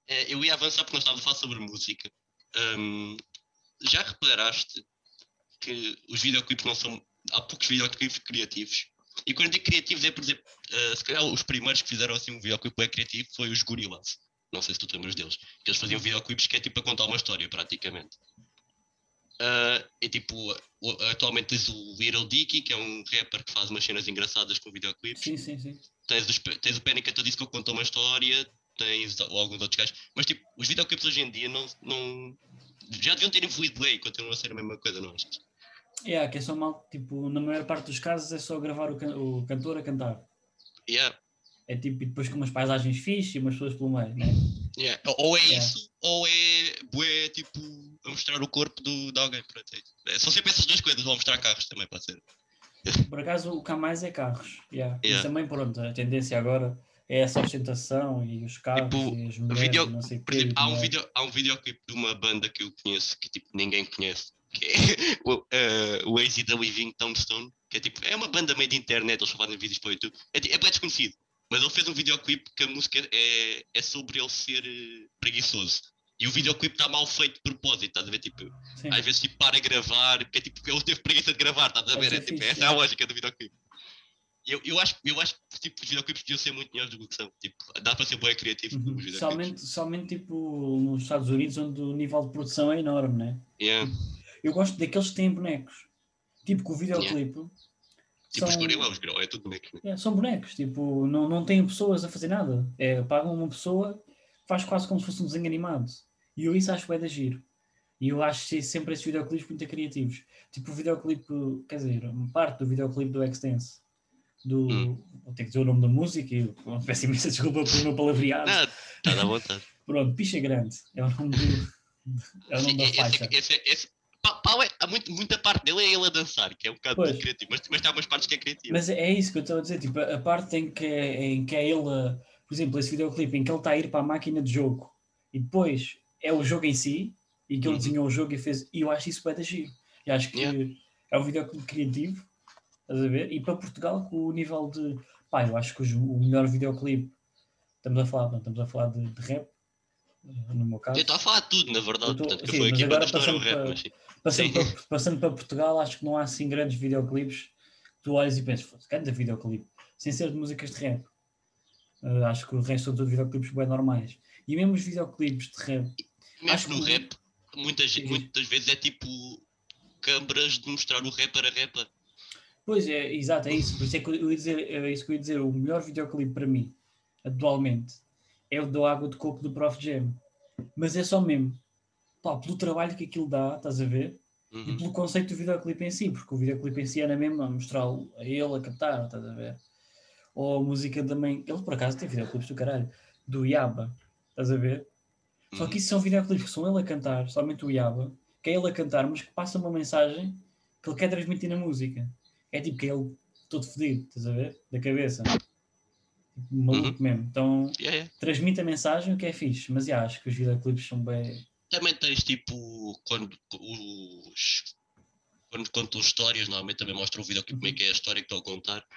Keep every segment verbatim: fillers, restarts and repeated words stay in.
É, eu ia avançar porque nós estávamos a falar sobre música. Um, já reparaste que os videoclipes não são... Há poucos videoclipes criativos. E quando eu digo criativos é, por exemplo, uh, se calhar os primeiros que fizeram assim um videoclipe bem criativo foi os Gorillaz. Não sei se tu te lembras deles. Que eles faziam videoclipes que é tipo a contar uma história, praticamente. Uh, e tipo, uh, atualmente tens o Little Dicky, que é um rapper que faz umas cenas engraçadas com videoclipes. Sim, sim, sim. Tens, os, tens o Panic! At the Disco que conta uma história, tens alguns outros gajos. Mas tipo, os videoclipes hoje em dia não, não... já deviam ter evoluído bem, continuam a ser a mesma coisa, não achas? É, yeah, que é só mal, tipo, na maior parte dos casos é só gravar o, can- o cantor a cantar. Yeah. É tipo, e depois com umas paisagens fixes e umas pessoas pelo meio, né? Yeah. Ou é Yeah. isso, ou é bué, tipo, a mostrar o corpo do, de alguém. Pronto, é. São sempre essas duas coisas, ou a mostrar carros também, pode ser. Por acaso o que há mais é carros. Yeah. Mas Yeah. também, pronto, a tendência agora é essa ostentação e os carros Tipo, e as mulheres video, e não sei o por quê. exemplo, E há um, dinheiro. video, há um videoclipe de uma banda que eu conheço que tipo, ninguém conhece, que é o, uh, o A Z da Living Tombstone, que é tipo, é uma banda meio de internet, eles só fazem vídeos para o YouTube, é, é bem desconhecido, mas ele fez um videoclipe que a música é, é sobre ele ser uh, preguiçoso. E o videoclipe está mal feito de propósito, estás a ver? Tipo, Sim. às vezes tipo, para gravar, que é tipo, ele teve preguiça de gravar, estás a ver? É, tipo, essa é a lógica do videoclipe. Eu, eu, acho, eu acho que tipo, os videoclipes deviam ser muito melhores do que são. Tipo, dá para ser bem criativo com Uhum. os videoclipes. Somente, somente tipo nos Estados Unidos, onde o nível de produção é enorme, né? Yeah. Tipo, eu gosto daqueles que têm bonecos. Tipo, que o videoclipe Yeah. Tipo são, os Gorillaz, os Gorillaz, é tudo bonecos, né? é, são bonecos. Tipo, não, não têm pessoas a fazer nada. É, pagam uma pessoa, faz quase como se fosse um desenho animado. E eu isso acho que é de giro. E eu acho sempre esses videoclipes muito criativos. Tipo o videoclipe, quer dizer, uma parte do videoclipe do X-Dance. Do, Hum. vou ter que dizer o nome da música e peço imensa desculpa pelo meu palavreado. Não, está à vontade. Pronto, Picha Grande é o nome, do, é o Sim, nome da esse, faixa. esse, esse, Pau é, há muito, muita parte dele é ele a dançar, que é um bocado Pois, pouco criativo, mas, mas há umas partes que é criativo. mas é isso que eu estou a dizer. Tipo, a parte em que, em que é ele, a- por exemplo, esse videoclipe em que ele está a ir para a máquina de jogo e depois é o jogo em si e que ele Uhum. desenhou o jogo e fez. E eu acho isso bem de giro. E acho que Yeah. é um videoclipe criativo. Estás a ver? E para Portugal, com o nível de. Pá, eu acho que o melhor videoclipe. Estamos a falar, não, estamos a falar de, de rap, no meu Eu estou caso. a falar de tudo, na Eu verdade, tô, portanto, que sim, foi mas aqui a agora bandas não eram passando rap, para, mas sim. passando, Sim. para, passando para Portugal, acho que não há assim grandes videoclipes que tu olhas e pensas, grande videoclipe, sem ser de músicas de rap. Uh, acho que o resto são todos videoclipes bem normais. E mesmo os videoclipes de rap, acho Mesmo que no o. rap, muitas, muitas vezes é tipo câmaras de mostrar o rapper a rapper. Pois é, exato, é isso. Por isso é que eu ia dizer, é isso que eu ia dizer. O melhor videoclipe para mim, atualmente, é o do Água de Coco do Prof Jam. Mas é só mesmo, pá, pelo trabalho que aquilo dá, estás a ver? E Uhum. pelo conceito do videoclipe em si, porque o videoclipe em si era mesmo a mostrar a ele a cantar, estás a ver? Ou a música também, ele por acaso tem videoclipes do caralho, do Yaba, estás a ver? Só Uhum. que isso são videoclipes que são ele a cantar, somente o Yaba, que é ele a cantar, mas que passa uma mensagem que ele quer transmitir na música. É tipo que é ele todo fedido, estás a ver? Da cabeça. Tipo, maluco Uhum. mesmo. Então Yeah, yeah. transmite a mensagem, o que é fixe. Mas já, acho que os videoclipes são bem. Também tens tipo quando os quando contam histórias, normalmente também mostram o videoclipe como é Uhum. que é a história que estão a contar.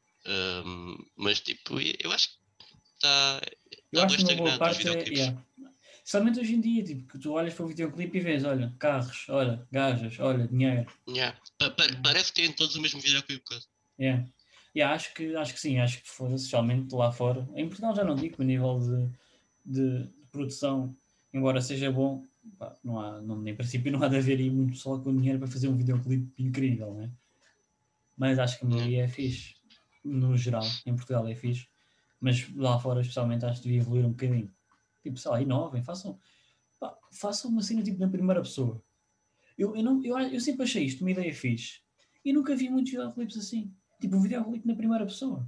Um, mas tipo, eu acho que está Eu tá acho bem que uma boa estagnado os parte é. videoclipes. Yeah. Somente hoje em dia, tipo, que tu olhas para o videoclipe e vês, olha, carros, olha, gajas, olha, dinheiro. Yeah. Pa pa Yeah. parece que têm todos o mesmo videoclipe. Yeah. Yeah, acho, que, acho que sim, acho que foda-se, especialmente lá fora. Em Portugal já não digo, o nível de, de, de produção, embora seja bom, pá, não há, não, em princípio não há de haver aí muito pessoal com dinheiro para fazer um videoclipe incrível, né? Mas acho que a Yeah. maioria é fixe, no geral, em Portugal é fixe, mas lá fora especialmente acho que devia evoluir um bocadinho. Tipo, sei lá, inovem, façam, pá, façam uma cena tipo na primeira pessoa. Eu, eu, não, eu, eu sempre achei isto uma ideia fixe e nunca vi muitos videoclipes assim. Tipo, um videoclipe na primeira pessoa.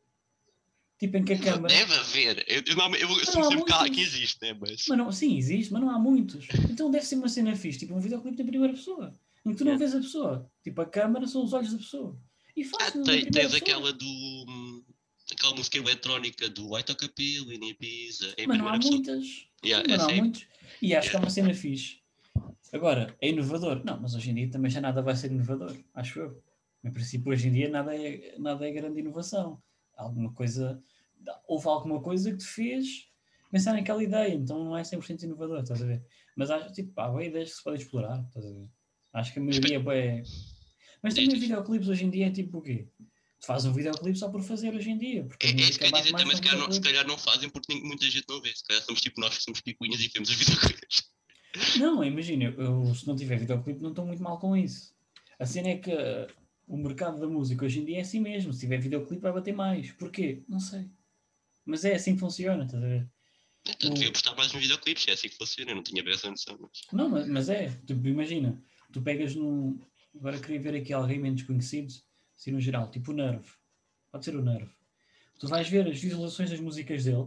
Tipo, em que a Deve, câmara. deve haver. Eu, eu, não- eu Mas não assumo há sempre que, há- que muitos. existe, né? Mas. Mas não, sim, existe, mas não há muitos. Então deve ser uma cena fixe, tipo um videoclipe na primeira pessoa. Em que tu não Yeah. vês a pessoa. Tipo, a câmara são os olhos da pessoa. E Ah, faz na tem, primeira tens pessoa. aquela do. hum, Aquela música eletrónica do I Took a Pill in Ibiza em Mas não há primeira pessoa. muitas. Sim, Yeah, mas não há essa aí. muitos. E acho que é Yeah. uma cena fixe. Agora, é inovador? Não, mas hoje em dia também já nada vai ser inovador, acho eu. Em princípio, hoje em dia nada é, nada é grande inovação. Alguma coisa, houve alguma coisa que te fez pensar naquela ideia, então não é cem por cento inovador, estás a ver? Mas acho, tipo, pá, há ideias que se podem explorar, estás a ver? Acho que a maioria é bué. Mas Diz, também diz. videoclipes hoje em dia é tipo o quê? Tu fazes um videoclipe só por fazer hoje em dia, porque É, a é isso música que eu ia bate dizer mais também, para se um calhar, não, se videoclipe. calhar não fazem porque nem- muita gente não vê. Se calhar somos tipo nós que somos picuinhas e vemos os videoclipes. Não, imagina, eu, eu, se não tiver videoclipe não estou muito mal com isso. A cena é que uh, o mercado da música hoje em dia é assim mesmo. Se tiver videoclipe vai bater mais. Porquê? Não sei. Mas é assim que funciona, estás a ver? Então devia O... postar mais nos videoclipes, é assim que funciona. Eu não tinha bem essa noção. Mas... Não, mas, mas é. Tipo, imagina, tu pegas num. Agora queria ver aqui alguém menos conhecido, assim no geral, tipo o Nerve. Pode ser o Nerve. Tu vais Ok. ver as visualizações das músicas dele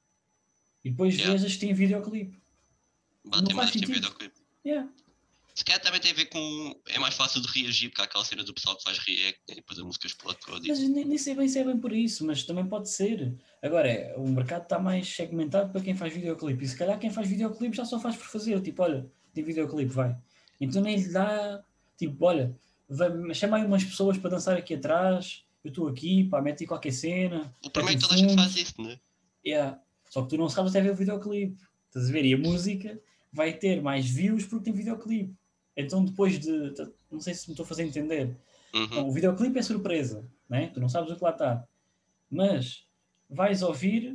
e depois Yeah. vês as que têm videoclipe. Não Batem faz mais em sentido. videoclipe. Yeah. Se calhar também tem a ver com. É mais fácil de reagir, porque há aquela cena do pessoal que faz react e depois a música explode com Mas isso. nem, nem sei bem se é bem por isso, mas também pode ser. Agora, é, o mercado está mais segmentado para quem faz videoclipe. E se calhar quem faz videoclipe já só faz por fazer. Tipo, olha, tem videoclipe, vai. Então nem lhe dá. Tipo, olha, vai, chama aí umas pessoas para dançar aqui atrás. Eu estou aqui, pá, mete aí qualquer cena, O mete problema é um que toda a gente fundo. faz isso, não é? Yeah. Só que tu não sabes até ver o videoclipe. Estás a ver? E a música vai ter mais views porque tem videoclipe. Então depois de. Não sei se me estou a fazer entender. Uhum. Então, o videoclipe é surpresa, né? Tu não sabes o que lá está. Mas vais ouvir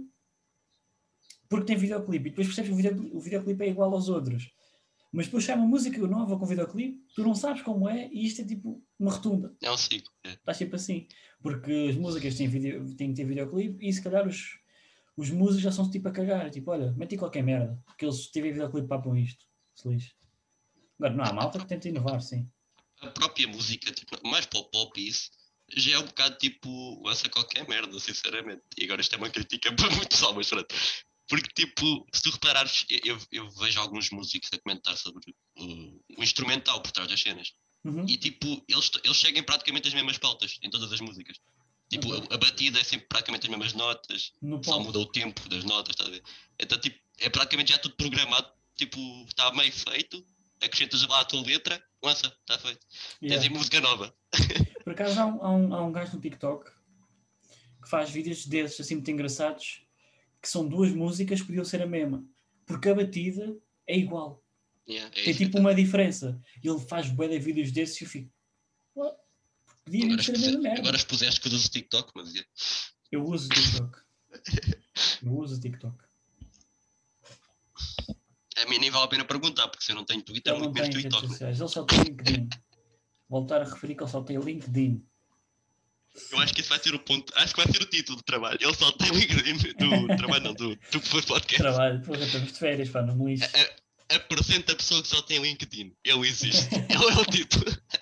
porque tem videoclipe. E depois percebes que o, video, o videoclipe é igual aos outros. Mas depois sai uma música nova com videoclipe, tu não sabes como é e isto é tipo uma rotunda. É um ciclo. É. Está sempre assim. Porque as músicas têm, video, têm que ter videoclipe e se calhar os, os músicos já são tipo a cagar. Tipo, olha, meti qualquer merda. Porque eles tiverem videoclipe papam isto. Se lixe. Agora, não há A, a, malta que tenta inovar, sim. a própria música, tipo, mais para o pop e isso, já é um bocado tipo, lança qualquer merda, sinceramente. E agora isto é uma crítica para muito pessoal, mas pronto. Porque, tipo, se tu reparares, eu, eu vejo alguns músicos a comentar sobre o, o instrumental por trás das cenas. Uhum. E, tipo, eles, eles seguem praticamente as mesmas pautas em todas as músicas. Tipo, Okay. a, a batida é sempre praticamente as mesmas notas, No só pop. muda o tempo das notas, estás a ver? Então, tipo, é praticamente já tudo programado, tipo, está meio feito, acrescentas lá a tua letra, lança, está feito. Yeah. Tens aí música nova. Por acaso há um, há, um, há um gajo no TikTok que faz vídeos desses assim muito engraçados que são duas músicas que podiam ser a mesma porque a batida é igual. Yeah, é Tem isso que tipo eu uma estou diferença. Ele faz bué de vídeos desses e eu fico "What? Podia agora, mesmo ser a mesma expuse, merda." agora expuseste que eu uso TikTok, mas yeah. Eu uso TikTok. Eu uso TikTok. A mim nem vale a pena perguntar, porque se eu não tenho Twitter, Ele não muito menos tem redes TikTok, né? sociais, ele só tem LinkedIn. Voltar a referir que ele só tem LinkedIn. Eu acho que esse vai ser o ponto, acho que vai ser o título do trabalho. Ele só tem LinkedIn do trabalho, não, do, do podcast. Trabalho, porra, estamos de férias, pá, não me lixes. A, a, apresenta a pessoa que só tem LinkedIn. Ele existe. Ele é o título.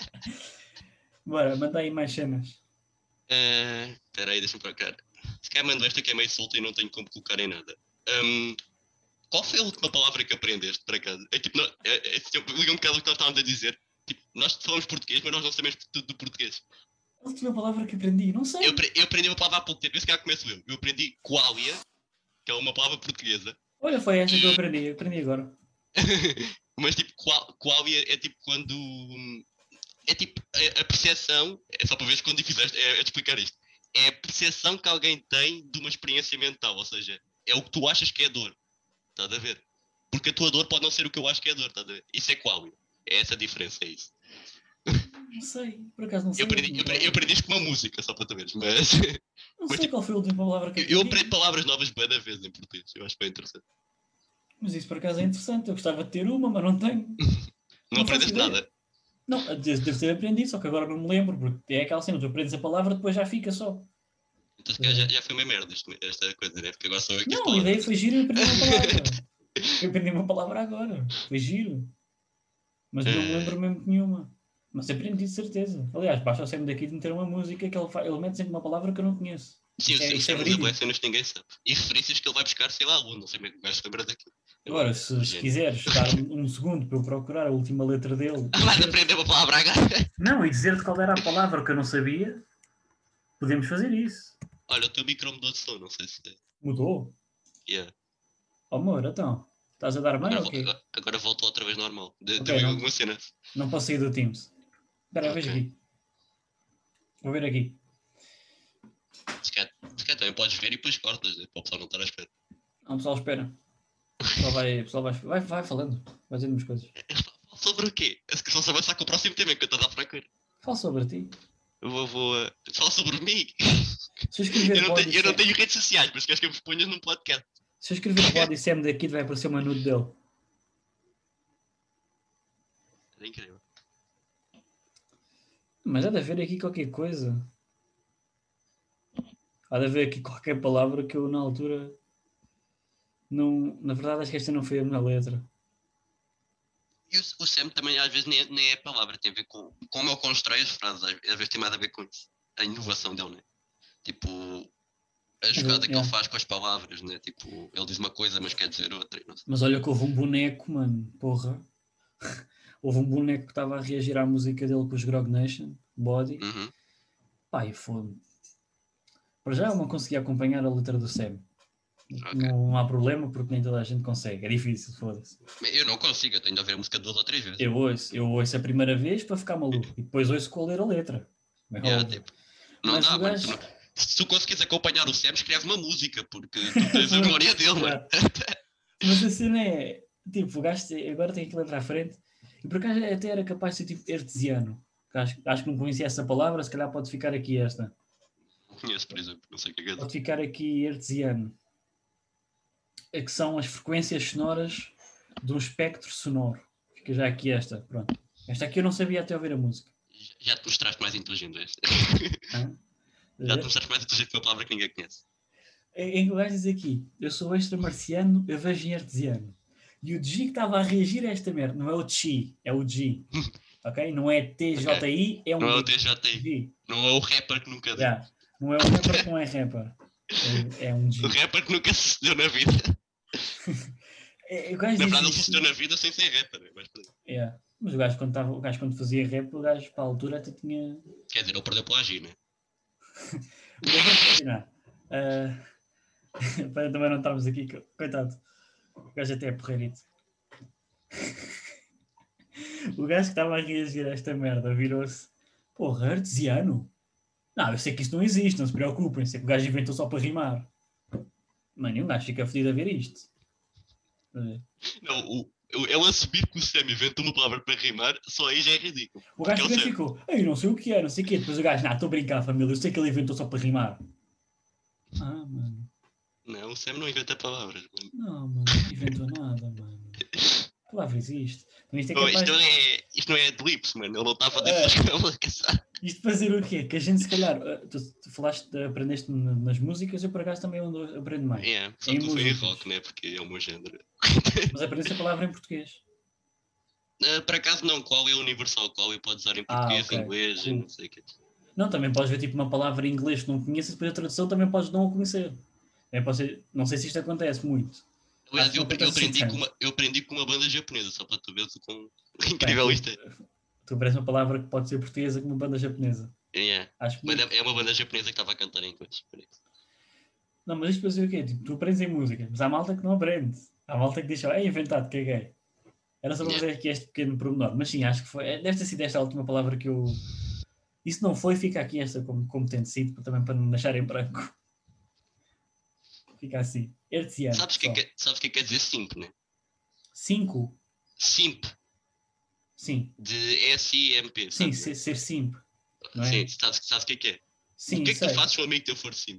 Bora, manda aí mais cenas. Espera uh, aí, deixa-me procurar. Se calhar mando esta que é meio solta e não tenho como colocar em nada. Um, qual foi a última palavra que aprendeste, por acaso? É tipo, é, é, é, liga um bocado o que nós estávamos a dizer. Tipo, nós falamos português, mas nós não sabemos tudo do português. A última palavra que aprendi, não sei. Eu, eu aprendi uma palavra há pouco tempo, esse cara começo eu. Eu aprendi qualia, que é uma palavra portuguesa. Olha, foi essa que eu aprendi, aprendi agora. Mas tipo, qualia é tipo quando... É tipo, a, a percepção, é só para ver quando fizeste, é, é de explicar isto. É a percepção que alguém tem de uma experiência mental, ou seja, é o que tu achas que é dor. Estás a ver? Porque a tua dor pode não ser o que eu acho que é dor, estás a ver? Isso é qualia. É essa a diferença, é isso. Não sei, por acaso não sei. Eu aprendi, eu aprendi, eu aprendi isto com uma música, só para tu veres, mas... Não mas, sei tipo, qual foi a última palavra que eu, aprendi. eu aprendo palavras novas bué da vez em português, eu acho bem interessante. Mas isso por acaso é interessante, eu gostava de ter uma, mas não tenho. Não, não aprendeste nada? Não, devo ter aprendido, só que agora não me lembro, porque é aquela cena, tu aprendes a palavra depois já fica só. Então se calhar já, já foi uma merda esta coisa, né? Porque agora sou eu que as Não, palavras. a ideia foi giro e aprendi uma palavra. Eu aprendi uma palavra agora, foi giro. Mas não me lembro mesmo de nenhuma. Mas aprendi de certeza. Aliás, basta sempre daqui de meter uma música que ele, fa... ele mete sempre uma palavra que eu não conheço. Sim, isto o é, isto é Sam usa cenas que ninguém sabe. E referências que ele vai buscar, sei lá onde, não sei como é que o gajo se lembra daquilo. Agora, se, se quiseres dar um, um segundo para eu procurar a última letra dele... Vais aprender uma palavra agora? Não, e dizer-te qual era a palavra que eu não sabia, podemos fazer isso. Olha, o teu micro mudou de som, não sei se... Mudou? Yeah. Oh, amor, então, estás a dar bem agora, ou quê? Agora, agora voltou outra vez normal. De, Okay, de não, alguma cena. Não posso sair do Teams. Espera, okay. Veja aqui. Vou ver aqui. Se calhar, se calhar também podes ver e depois cortas, né? Para o pessoal não estar à espera. Não, o pessoal espera. O pessoal vai, o pessoal vai, vai, vai falando, vai dizendo umas coisas. Fala sobre o quê? Se só se avançar com o próximo tema que eu estou a procura. Fala sobre ti. Eu vou, vou uh, falar sobre mim. Se eu escrever Eu não, body tenho, eu não Sam, tenho redes sociais, mas queres que eu me ponha num podcast? se eu escrever body Sam daqui, vai aparecer uma nude dele. É incrível. Mas há de haver aqui qualquer coisa. Há de haver aqui qualquer palavra que eu, na altura, não... Na verdade, acho que esta não foi a minha letra. E o, o Sam também às vezes nem é, nem é palavra, tem a ver com como ele constrói as frases, às vezes tem mais a ver com isso. A inovação dele, né? Tipo, a jogada que yeah. ele faz com as palavras, né? Tipo, ele diz uma coisa, mas quer dizer outra. Não sei. Mas olha que houve um boneco, mano, porra. Houve um boneco que estava a reagir à música dele com os Grog Nation, Body. Uhum. Pá, e foi. Para já eu não consegui acompanhar a letra do Sam. Okay. Não, não há problema porque nem toda a gente consegue. É difícil, foda-se. Eu não consigo, eu tenho de ouvir a música duas ou três vezes. Eu ouço, eu ouço a primeira vez para ficar maluco e depois ouço com a ler a letra. É Yeah, tipo, não Mas dá, o mano. gajo... Tu não... Se tu conseguires acompanhar o Sam, escreve uma música, porque tu tens a memória dele, mano. Mas a cena é, tipo, o gajo agora tem aquilo letra à frente e por acaso até era capaz de ser tipo artesiano. Acho, acho que não conhecia essa palavra, se calhar pode ficar aqui esta. Não conheço, por exemplo, não sei o que é que é. Pode ficar aqui artesiano. É que são as frequências sonoras de um espectro sonoro. Fica já aqui esta, pronto. Esta aqui eu não sabia até ouvir a música. Já te mostraste mais inteligente esta. Ah? Já te mostraste mais inteligente com uma palavra que ninguém conhece. Em que o gajo diz aqui, eu sou extra-marciano, eu vejo em artesiano. E o G que estava a reagir a esta merda, não é o Chi, é o G. Ok? Não é T J I, é um Não é o G. T J I. G. Não é o rapper que nunca deu. Yeah. Não é o rapper que não é rapper. É, é um G. O rapper que nunca se deu na vida. É, o gajo Na diz verdade, ele isto. se deu na vida sem ser rapper. Mas, Yeah. Mas o gajo, quando tava, o gajo quando fazia rap, o gajo para a altura até tinha... quer dizer, ele perdeu pela agir, né? O gajo vai continuar. Uh... para também não estarmos aqui, coitado. O gajo até é porreirito. O gajo que estava a reagir a esta merda virou-se. Porra, artesiano? Não, eu sei que isso não existe, não se preocupem. Sei que o gajo inventou só para rimar. Mano, e um gajo fica fedido a ver isto. Não, o, ele assumir que o Sam inventou uma palavra para rimar, só aí já é ridículo. O gajo Porque também ficou. Eu não sei o que é, não sei o quê. Depois o gajo, não, estou a brincar, família. Eu sei que ele inventou só para rimar. Ah, mano. Não, o Sam não inventa palavras, mano. Não, mano, não inventou nada, mano. Que palavra existe? Então, isto, é Oh, capaz... isto, não é, isto não é adlibs, mano. Ele não estava a dizer Ah. que caçar. Isto para dizer o quê? Que a gente se calhar, tu, tu falaste, aprendeste nas músicas, eu por acaso também ando, aprendo mais. Yeah, só que tu foi em rock, né? Porque é o meu género. Mas aprendeste a palavra em português? Uh, por acaso não, qual é o universal? Qual eu posso usar em português, ah, okay. inglês, cool. Não sei o que. Não, também podes ver tipo uma palavra em inglês que não conheces, depois a tradução também podes não a conhecer. É, ser, não sei se isto acontece muito. Aliás, eu, eu, aprendi com uma, eu aprendi com uma banda japonesa, só para tu veres o quão incrível Bem, isto é. Tu parece uma palavra que pode ser portuguesa com uma banda japonesa. Yeah. Acho mas é uma banda japonesa que estava a cantar em inglês. Não, mas isto para dizer o quê? Tipo, tu aprendes em música, mas há malta que não aprende. Há malta que diz, é inventado, caguei. Era só para yeah. fazer aqui este pequeno pormenor. Mas sim, acho que foi. Deve ter sido esta a última palavra que eu... E se não foi, fica aqui esta como, como tem sido, também para não deixar em branco. Fica assim. Hertziano. Sabes o que, que, sabes que quer dizer simp, né? Cinco? Simp. Sim. De S I M P. Sim, ser, ser simp. Não é? Sim, sabes, sabes o que é que é? Sim, o que é que sei. tu fazes se o amigo teu for simp?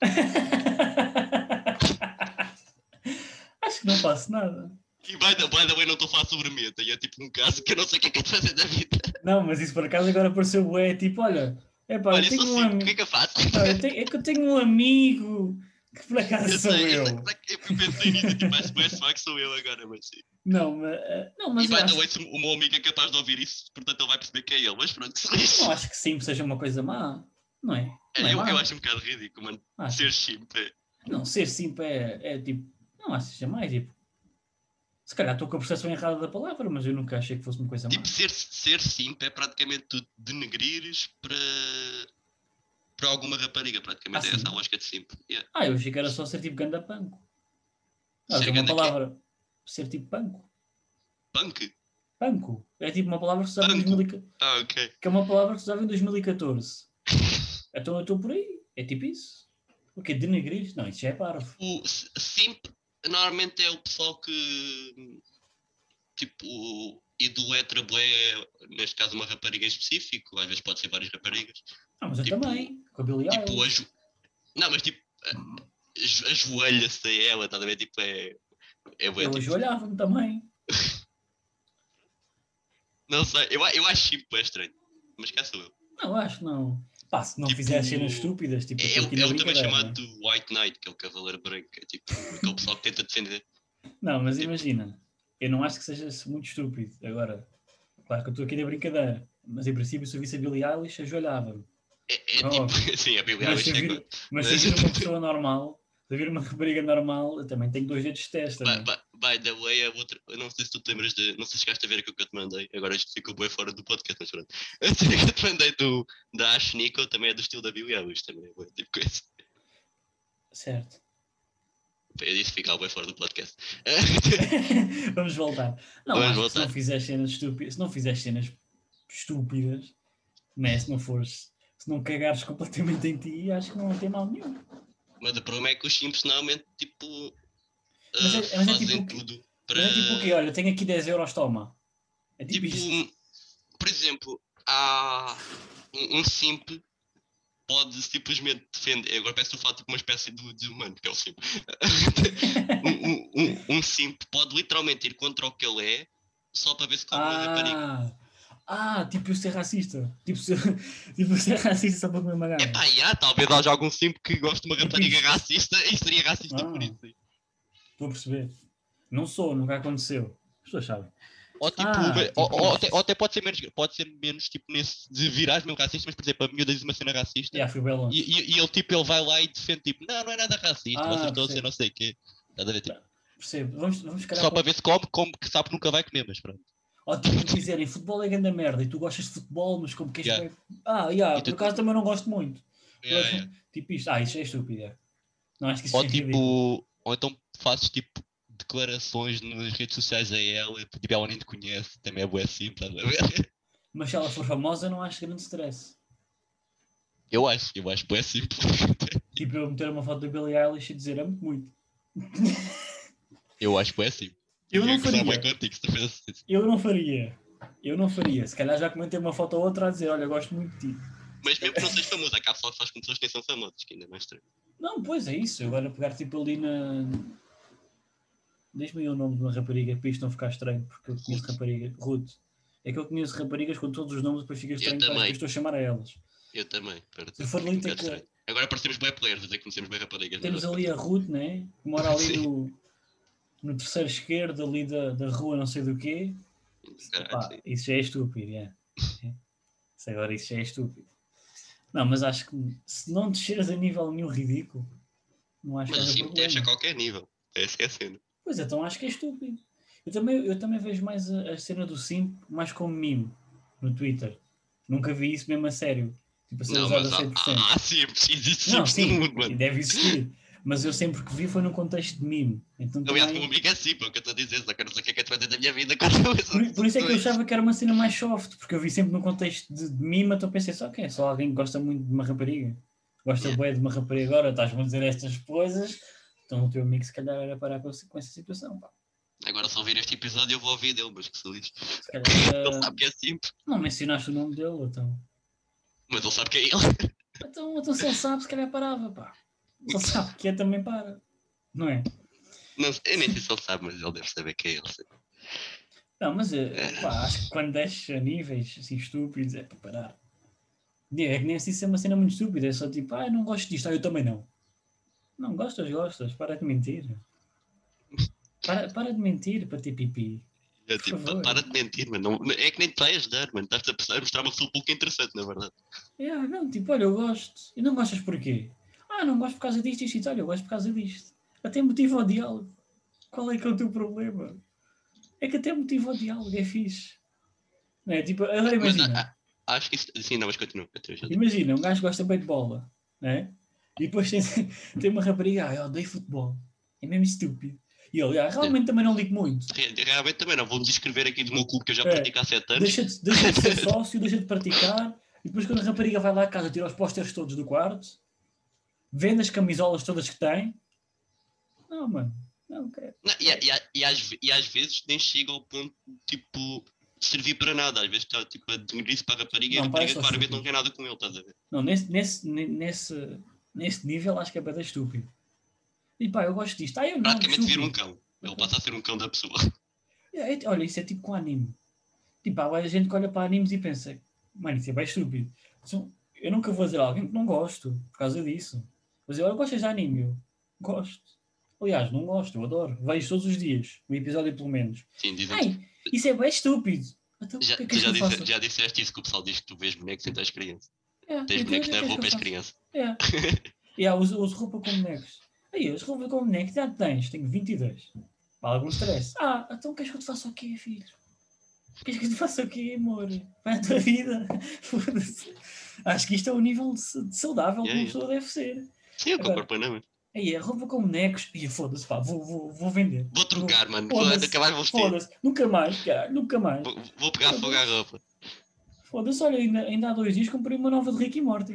Acho que não faço nada. E by the, by the way, não estou a falar sobre meta. E é tipo um caso que eu não sei o que é que é de fazer da vida. Não, mas isso por acaso agora apareceu o é tipo, olha... Epá, olha, eu tenho sou um simp, am... o que é que eu faço? Não, eu tenho... É que eu tenho um amigo que por acaso eu sou sei, eu. Eu, eu pensei nisso, tipo, acho mais fácil que sou eu agora, mas sim. Não, mas... Não, mas e by the way, acho... o meu amigo é capaz de ouvir isso, portanto ele vai perceber que é ele. Mas pronto, que se lixe. Não acho que simp seja uma coisa má. Não é? Não é, é eu, má. eu acho um bocado ridículo, mano. Acho. Ser simp é... Não, ser simp é, é tipo... Não acho que seja mais, tipo... Se calhar estou com a percepção errada da palavra, mas eu nunca achei que fosse uma coisa má. Tipo, ser, ser simp é praticamente tu denegrires para... para alguma rapariga, praticamente. Ah, é essa a lógica de simp. Yeah. Ah, eu achei que era só ser tipo ganda panco. Ah, ser uma palavra... Quê? Ser tipo panco. Punk? Panco. É tipo uma palavra que se usava em dois mil e catorze. Ah, ok. Que é uma palavra que se usava em dois mil e catorze. Então eu estou por aí. É tipo isso. O quê? Denegrir? Não, isso já é parvo. O simp normalmente é o pessoal que, tipo, idolatra bué, neste caso uma rapariga em específico, às vezes pode ser várias raparigas. Ah, mas eu Tipo, também, com a Billie tipo, a Eilish. jo... Não, mas tipo, a- ajoelha-se a ela, estás a ver? Tipo, é. É bué, Eu tipo. ajoelhava-me também. Não sei, eu, a- eu acho tipo, é estranho. Mas cá sou eu. Não, acho que não. Pá, se não Tipo, fizer cenas estúpidas, tipo, eu é, é estou o aqui é na o também brincadeira, chamado né? do White Knight, que é o Cavaleiro Branco. É tipo, aquele pessoal que tenta defender. Não, mas Tipo, imagina, eu não acho que seja muito estúpido. Agora, claro que eu estou aqui na brincadeira, mas em princípio, se eu visse a Billie Eilish, ajoelhava-me. é, é É tipo, óbvio. assim, a Billie Mas se eu Eilish é vir, God. mas se eu Mas, vir uma pessoa normal, se eu vir uma rapariga normal, eu também tenho dois dedos de testa, by, né? by, by the way, a outra, eu não sei se tu te lembras de. Não sei se chegaste a ver aquilo que eu te mandei. Agora isto ficou bem fora do podcast, mas pronto. A cena que eu te mandei do, da Ash Nico também é do estilo da Billie Eilish, também é bué, tipo coisa. Certo. Eu disse ficar bem fora do podcast. Vamos voltar. Não, Vamos acho que se não voltar. fizeres cenas estúpidas, se não fizeres cenas estúpidas, né? Se não fores, se não cagares completamente em ti, acho que não tem mal nenhum. Mas o problema é que os simples normalmente tipo Mas uh, é, mas é tipo fazem o quê? tudo para Mas é tipo o quê? Olha, tenho aqui dez euros, toma. É tipo tipo, isto. por exemplo, há um, um simp pode simplesmente defender. Agora peço falar tipo uma espécie de, de humano, que é o simp. um, um, um, um simp pode literalmente ir contra o que ele é só para ver se come uma rapariga. Ah, ah, tipo eu ser racista. Tipo, ser, tipo ser racista só para comer uma É gaja. pá, yeah, talvez haja algum simp que goste de uma Tipo rapariga isto. racista e seria racista por Ah, isso. estou a perceber. Não sou, nunca aconteceu. As pessoas sabem. Ou tipo, Ah, ou, tipo ou até, ou isto. até pode ser menos, pode ser menos tipo nesse de virares mesmo racista, mas por exemplo, a miúda diz uma cena racista Já fui bem e, longe. e, e ele tipo, ele vai lá e defende tipo, não, não é nada racista, vocês Ah, estão a ser percebo. não sei o quê. Estás a ver, tipo, Percebo. Vamos, vamos se calhar só para com. ver se come, come que sabe que nunca vai comer, mas pronto. Ou tipo dizerem futebol é grande merda e tu gostas de futebol, mas como que és Yeah. bem. Ah, yeah, E por tu, acaso também não gosto muito. yeah, yeah. Tipo isto. Ah, isso é estúpido. É. Não acho que isso Ou é ridículo. tipo, ou então fazes tipo declarações nas redes sociais a ela, tipo, ela nem te conhece, também é bué simples, estás a ver? Mas se ela for famosa, não acho grande stress. Eu acho, eu acho bué simples. Tipo eu meter uma foto da Billie Eilish e dizer amo muito. Eu acho bué simples. Eu Eu não ia gostar bem faria. contigo se tu fizesse isso. Eu não faria. Eu não faria. Se calhar já comentei uma foto ou outra a dizer, olha, gosto muito de ti. Mas mesmo que não sejas famoso, há cá pessoal que faz com pessoas que nem são famosas, que ainda é mais estranho. Não, pois é isso. Agora pegar tipo ali na. Diz-me aí o nome de uma rapariga para isto não ficar estranho, porque eu conheço Ruth. rapariga. Ruth. É que eu conheço raparigas com todos os nomes, depois fica Eu estranho, parece que eu também, estou a chamar a elas. eu também. Pera, Se for fica ali, um tem bocado que. estranho. Agora parecemos bem players, dizer que conhecemos bem raparigas. Temos Mas ali a parecemos. Ruth, né? Que mora ali Sim, no, no terceiro esquerdo, ali da, da rua, não sei do quê. caralho, Epá, sim. isso já é estúpido, é. Isso agora isso já é estúpido. Não, mas acho que se não desceres a nível nenhum ridículo, não acho que Mas haja assim me deixa a problema. qualquer nível. É essa que é a cena. Pois então acho que é estúpido. Eu também, eu também vejo mais a, a cena do Simp mais como meme no Twitter. Nunca vi isso mesmo a sério. Tipo a ser Não, usado a mas há, cem por cento. há, há simples, existe Não, simples no sim, mundo, mano. deve existir. Mas eu sempre que vi foi num contexto de meme. Então Aliás, o meu também. amigo é simples, é o que eu estou a dizer, só que eu não sei o que é que é de fazer da minha vida quando eu Por, esses por isso é que eu dois. achava que era uma cena mais soft, porque eu vi sempre num contexto de, de meme, então pensei só que é só alguém que gosta muito de uma rapariga. Gosta Yeah. bem de uma rapariga agora, estás-me a dizer estas coisas, então o teu amigo se calhar era parar com, com essa situação. Pá. Agora se ouvir este episódio eu vou ouvir dele, mas que se lixe. Se calhar Ele era. sabe que é simples, Não mencionaste o nome dele, então. mas ele sabe que é ele. Então, então se ele sabe, se calhar parava, pá. Se ele sabe que é, também para. Não é? Não, eu nem sei se ele sabe, mas ele deve saber que é ele. Sim. Não, mas pá, acho que quando desces a níveis assim estúpidos é para parar. É que nem assim ser uma cena muito estúpida, é só tipo, ah, não gosto disto, ah, eu também não. Não gostas, gostas, para de mentir. Para, para de mentir para ter pipi. É Por tipo, favor. para de mentir, mano. Não, é que nem te vai ajudar, mano. Estás a mostrar uma pessoa um pouco interessante, na verdade. É, não, tipo, olha, eu gosto. E não gostas porquê? Ah, não gosto por causa disto, isto, isto. Olha, eu gosto por causa disto. Até motiva o diálogo. Qual é que é o teu problema? É que até motiva o diálogo, é fixe. Não é? Tipo, agora Mas imagina. a, a, acho que isso. Sim, não, mas continua. continua Imagina, um gajo gosta bem de bola, né? E depois tem, tem uma rapariga, ah, eu odeio futebol. É mesmo estúpido. E ele, ah, realmente também não ligo muito. Realmente também não. Vou-me descrever aqui do meu clube que eu já É, pratico há sete anos. deixa de, deixa de ser sócio, deixa de praticar. E depois quando a rapariga vai lá a casa, tira os pósteres todos do quarto, vende as camisolas todas que tem. Não, mano. Não quero. Não, e, e, e, e, às, e às vezes nem chega ao ponto tipo de servir para nada. Às vezes está tipo a denegrir-se para a rapariga e a Não, rapariga parece só claramente não estúpido. quer nada com ele, estás a ver? Não, nesse, nesse, nesse, nesse nível acho que é bada estúpido. E pá, eu gosto disto. Ah, eu não, que Praticamente vira um estúpido. cão. Ele passa a ser um cão da pessoa. É, é- olha, isso é tipo com anime. Tipo, há a gente que olha para animes e pensa, mano, isso é bem estúpido. São- Eu nunca vou dizer a alguém que não gosto por causa disso. Mas eu, olha, gostas de anime? Eu gosto. Aliás, não gosto, eu adoro. Vejo todos os dias, um episódio pelo menos. Sim, dizem Ai, isso é bem estúpido. Então, o já, que é que tu és que já, eu disse, faço? já disseste isso que o pessoal diz que tu vês bonecos e tu és criança. É, Tens então o bonecos que é na que és que eu roupa, és faço? criança. É. Yeah, uso, uso roupa com bonecos. Aí, uso roupa com bonecos. Que idade tens? Tenho vinte e dois. Há algum stress. Ah, então queres que eu te faça o quê, filho? Queres que eu te faça o quê, amor? Vai à tua vida. Foda-se. Acho que isto é o nível de, de saudável que Yeah, uma yeah. pessoa deve ser. Sim, eu Agora, concordo plenamente. aí, a roupa com bonecos. Ih, foda-se, pá, vou, vou, vou vender. Vou Vou, trocar, mano. Vou, nunca foda-se, mais vou vestir. foda-se. Nunca mais, caralho, nunca mais. Vou, vou pegar fogo à roupa. Foda-se, olha, ainda, ainda há dois dias comprei uma nova de Rick e Morty.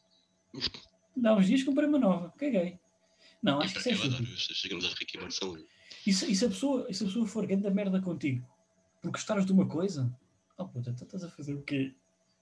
Ainda há uns dias comprei uma nova. Caguei. Não, Eu, acho que isso é eu adoro estúpido. os chegamos aos Ricky Morty, são lindos. E se, e se a pessoa, e se a pessoa for grande merda contigo por gostares de uma coisa, oh puta, tu estás a fazer o quê?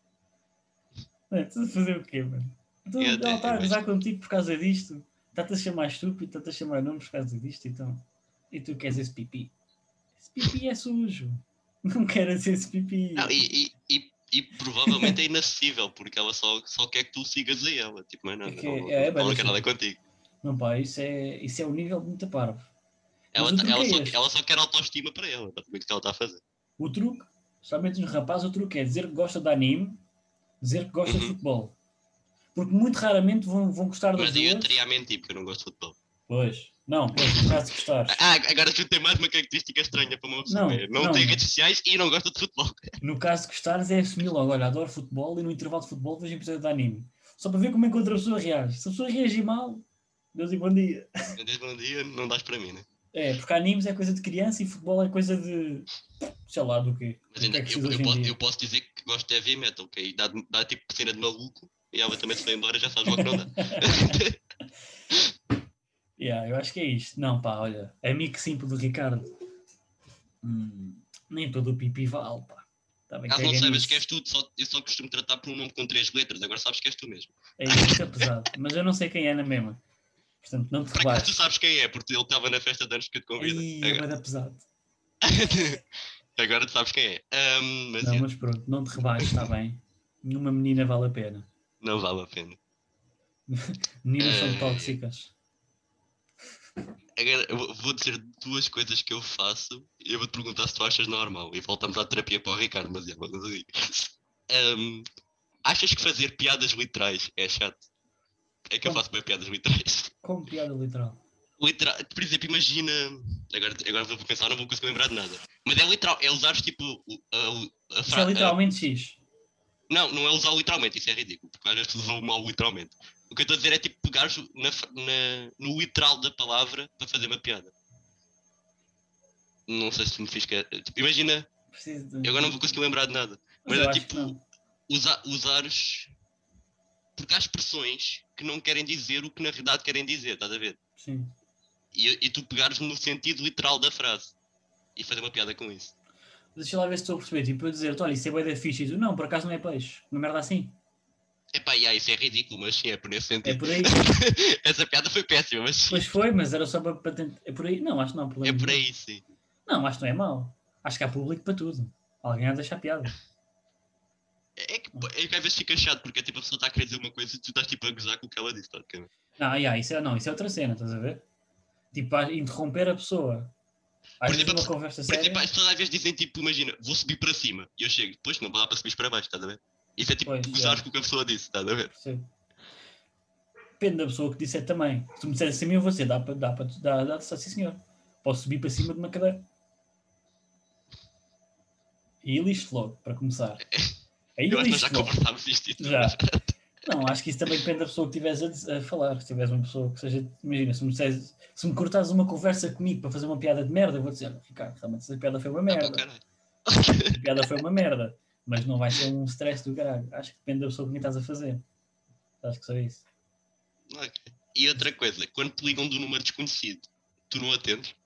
É, estás a fazer o quê, mano? Então, É, ela é, está é a mais... gozar contigo por causa disto, está-te a chamar estúpido, está-te a chamar nomes por causa disto, então. E tu queres esse pipi? Esse pipi é sujo. Não quero esse pipi. Não, e, e, e, e provavelmente é inacessível, porque ela só, só quer que tu sigas a ela. Tipo, mas não, É não, que não, é, é ela bem não quer nada estúpido. contigo. Não, pá, isso é, isso é o nível de muito parvo. Mas Ela, o tá- truque ela, é só, este. ela só quer autoestima para ela, basicamente o que ela está a fazer. O truque, somente nos rapazes, o truque é dizer que gosta de anime, dizer que gosta de Uhum. futebol. Porque muito raramente vão, vão gostar das Mas aí eu duas. teria a mentir, porque eu não gosto de futebol. Pois. Não, pois, no caso de gostares. Ah, agora tu tens mais uma característica estranha para uma pessoa. Não, É, não não. tem redes sociais e não gosta de futebol. No caso de gostares é assumir logo, olha, adoro futebol e no intervalo de futebol vejo um episódio de anime. Só para ver como é que outra pessoa reage. Se a pessoa reagir mal, Deus e bom dia. Desde bom dia, não dás para mim, né? É, porque animes é coisa de criança e futebol é coisa de... sei lá do quê. Mas Do que ainda, é que eu, precisa hoje eu, em posso, dia. eu posso dizer que gosto de heavy metal, ok? Dá, dá tipo cena de maluco e ela também se vai embora, já sabes logo que não dá. Yeah, eu acho que é isto. Não, pá, olha, amigo simples do Ricardo. Hum, nem todo o pipi vale, pá. Tá bem, Caso não caga saibas que és nisso. tu, só, eu só costumo tratar por um nome com três letras, agora sabes que és tu mesmo. É isso, é pesado. Mas eu não sei quem é na mesma. Portanto, não te Por acaso tu rebaixes. sabes quem é, porque ele estava na festa de anos que eu te convidei. Aí é bué da pesado. Agora tu sabes quem é. Um, mas Não, yeah, mas pronto, não te rebaixes, está bem. Nenhuma menina vale a pena. não vale a pena. Meninas são Uh, tóxicas. agora eu vou- vou dizer duas coisas que eu faço e eu vou-te perguntar se tu achas normal. E voltamos à terapia para o Ricardo, mas é, vamos aí. Um, achas que fazer piadas literais é chato? É que eu Como, faço bem piadas literais. como piada literal. Literal, por exemplo, imagina. Agora, agora vou pensar, não vou conseguir lembrar de nada. Mas é literal, é usar tipo o- a, a, Isso é fra- a- literalmente X. Não, não é usar literalmente, isso é ridículo, porque às vezes usam mal literalmente. O que eu estou a dizer é tipo pegar na, fra- na- no literal da palavra para fazer uma piada. Não sei se me fiz que. Tipo, imagina, Preciso de... eu agora não vou conseguir lembrar de nada. Mas Mas eu é acho que tipo não. usa, usares. Porque há expressões que não querem dizer o que na realidade querem dizer, estás a ver? Sim. E, e tu pegares no sentido literal da frase e fazer uma piada com isso. Deixa lá ver se estou a perceber. Tipo, eu dizer, olha, isso é bué da fixe. E tu, não, por acaso não é peixe. Uma merda assim. Epá, yeah, isso é ridículo, mas sim, é por nesse É sentido. por aí. Essa piada foi péssima, mas sim. Pois foi, mas era só para, para tentar... É por aí? Não, acho que não há É problema por nenhum. aí, sim. Não, acho que não é mau. Acho que há público para tudo. Alguém há de deixar piada. É que, é que às vezes fica chato, porque tipo, a pessoa está a querer dizer uma coisa e tu estás tipo a gozar com o que ela disse, praticamente. Não, yeah, isso, é, não, isso é outra cena, estás a ver? Tipo, a interromper a pessoa. Às Por vezes exemplo, uma a- conversa Por séria. exemplo, as pessoas às vezes dizem tipo, imagina, vou subir para cima. E eu chego, depois não vai dar para subir para baixo, estás a ver? Isso é tipo Pois, gozares já. com o que a pessoa disse, estás a ver? Percebo. Depende da pessoa que disser também. Se tu me disseres assim, eu vou ser, dá para, dá para, dá, dá, sim senhor. Posso subir para cima de uma cadeira. E lixo logo, para começar. Aí Eu acho que nós já lixo logo. conversámos isto e tudo. Já. Não, acho que isso também depende da pessoa que estiveres a, a falar. Se tiveres uma pessoa que seja. Imagina, se me, disseres, se me cortares uma conversa comigo para fazer uma piada de merda, eu vou dizer, Ricardo, realmente essa piada foi uma Ah, pá, merda. caralho. A piada foi uma merda. Mas não vai ser um stress do caralho. Acho que depende da pessoa que me estás a fazer. Acho que só isso. Ok. E outra coisa, quando te ligam do número desconhecido, tu não atendes?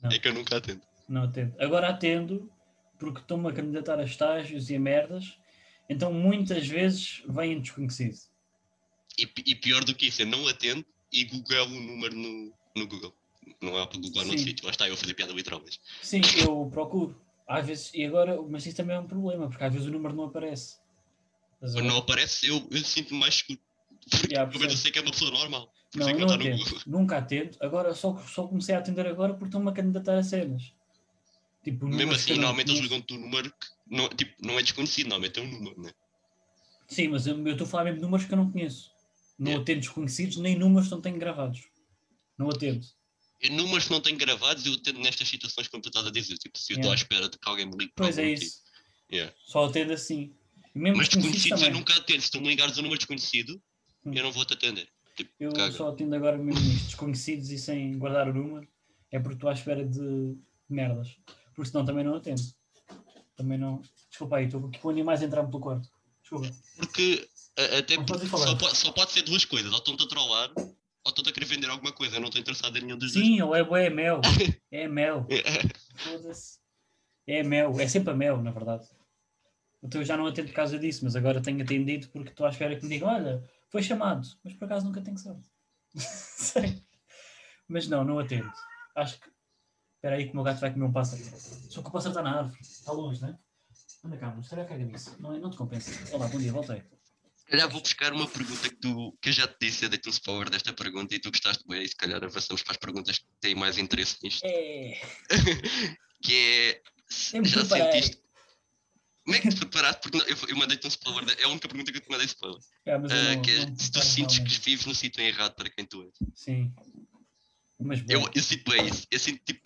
Não. É que eu nunca atendo. Não atendo. Agora atendo porque estou-me a candidatar a estágios e a merdas, então muitas vezes vem desconhecido. E, e pior do que isso, eu não atendo e google o número no, no Google. Não há para googlar no sítio, lá está eu a fazer piada literal. Mas... Sim, eu procuro. Às vezes, e agora, mas isso também é um problema, porque às vezes o número não aparece. Quando não aparece, eu, eu sinto-me mais seguro. Porque Yeah, pelo menos eu sei que é uma pessoa normal. Por não, isso é eu que não não está no atendo. Google. Nunca atendo. Agora só, só comecei a atender agora porque estão-me a candidatar a cenas. Tipo, Mesmo números assim, que eu não normalmente eles conheço. ligam-te o número que não, tipo, não é desconhecido, normalmente é um número, né? Sim, mas eu estou a falar mesmo de números que eu não conheço. Não Yeah. atendo desconhecidos, nem números que não tenho gravados. Não atendo. E números que não tenho gravados, eu atendo nestas situações como tu estás a dizer. Tipo, se eu estou Yeah. à espera de que alguém me ligue para Pois algum é motivo. isso. Yeah. Só atendo assim. E mesmo Mas desconhecidos desconhecidos eu também. nunca atendo. Se tu me ligares um número desconhecido, Hum. eu não vou-te atender. Tipo, Eu caga. só atendo agora mesmo nisto. Desconhecidos e sem guardar o número. É porque estou à espera de merdas. Porque senão também não atendo. Também não. Desculpa aí, estou aqui com animais a entrar-me pelo quarto. Desculpa. Porque, a- até Não porque podes falar. só pode, só pode ser duas coisas. Ou estão-te a trollar, ou estão-te a querer vender alguma coisa. Eu não estou interessado em nenhum dos Sim, ou é, ou é mel. É mel. dois. Foda-se. É mel. É sempre a mel, na verdade. Então eu já não atendo por causa disso, mas agora tenho atendido porque estou à espera que me digam, olha, foi chamado, mas por acaso nunca tenho sorte. Sei. Mas não, não atendo. Acho que. Espera aí que o meu gato vai comer um pássaro. Só que o pássaro está na árvore. Está longe, não é? Anda cá, mas se calhar caga nisso. Não, não te compensa. Olá, bom dia, voltei. Se calhar vou buscar uma pergunta que, tu, que eu já te disse, eu dei-te um spoiler desta pergunta e tu gostaste bem, e se calhar avançamos para as perguntas que têm mais interesse nisto. É. Que é, se Eu me já preparei. sentiste... Como é que te preparaste? Porque não- eu, eu mandei-te um spoiler, é a única pergunta que eu te mandei spoiler. É, mas eu Ah, não, que é, não me se tu preparo sentes realmente. que vives no sítio errado para quem tu és. Sim. Mas Eu, bem. eu sinto bem isso. Eu sinto tipo,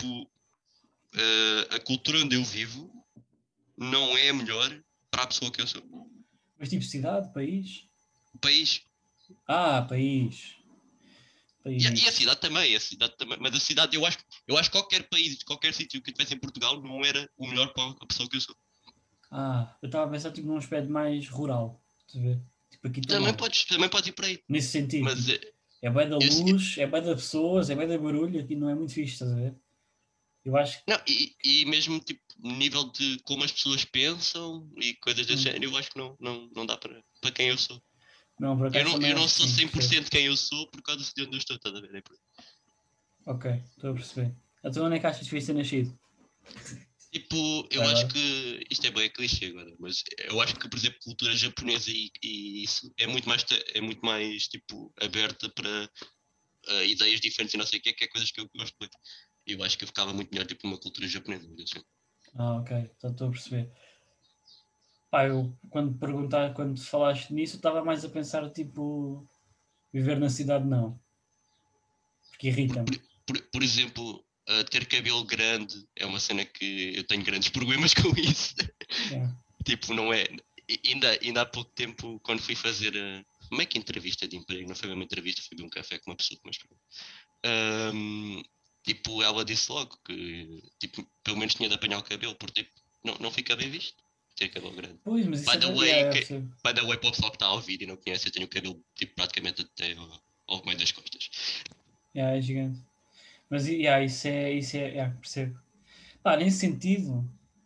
ah, a cultura onde eu vivo não é a melhor para a pessoa que eu sou. Mas tipo cidade, país? O país... Ah, país. E a, e a País. cidade também, a cidade também, mas a cidade, eu acho, eu acho que qualquer país, qualquer sítio que eu tivesse em Portugal não era o melhor para a pessoa que eu sou. Ah, eu estava a pensar tipo, num aspecto mais rural. Estás a ver? Tipo, aqui estou Também mal. podes, também podes ir para aí. Nesse sentido, Mas tipo, eh, é bem da eu, luz, é bem da pessoas, é bem da barulho, aqui não é muito fixe, estás a ver? Eu acho que. não, e, e mesmo tipo, nível de como as pessoas pensam e coisas desse Hum. género, eu acho que não, não, não dá para, para quem eu sou. Não, por Eu acaso não, também eu não acho que sou sim. cem por Percebo. cento quem eu sou por causa de onde eu estou, estás a ver? É por- Ok, estou a perceber. Então onde é que achas que devias ter nascido? Tipo, eu Vai acho lá. que isto é bem clichê agora, mas eu acho que, por exemplo, cultura japonesa e, e isso é muito mais, te- é muito mais tipo, aberta para uh, ideias diferentes e não sei o que, que é coisas que eu gosto muito. Eu acho que eu ficava muito melhor tipo numa cultura japonesa. Assim. Ah, ok, então estou a perceber. Pá, eu quando perguntar, quando falaste nisso, eu estava mais a pensar tipo viver na cidade não. Porque Por, irrita-me. por, por, por exemplo, uh, ter cabelo grande é uma cena que eu tenho grandes problemas com isso. Yeah. Tipo, não é. Ainda, ainda há pouco tempo, quando fui fazer. Uh, como é que entrevista de emprego? Não foi uma entrevista, foi de um café com uma pessoa que me um, tipo, ela disse logo que tipo, pelo menos tinha de apanhar o cabelo, porque tipo, não, não fica bem visto ter cabelo grande. Pois, mas isso By é. the da- way, Yeah, eu que, percebo. by the way, para o pessoal que está a ouvir e não conhece, eu tenho o cabelo tipo, praticamente até ao, ao meio das costas. Yeah, é gigante. Mas yeah, isso é. Isso é yeah, percebo. Pá, nesse sentido,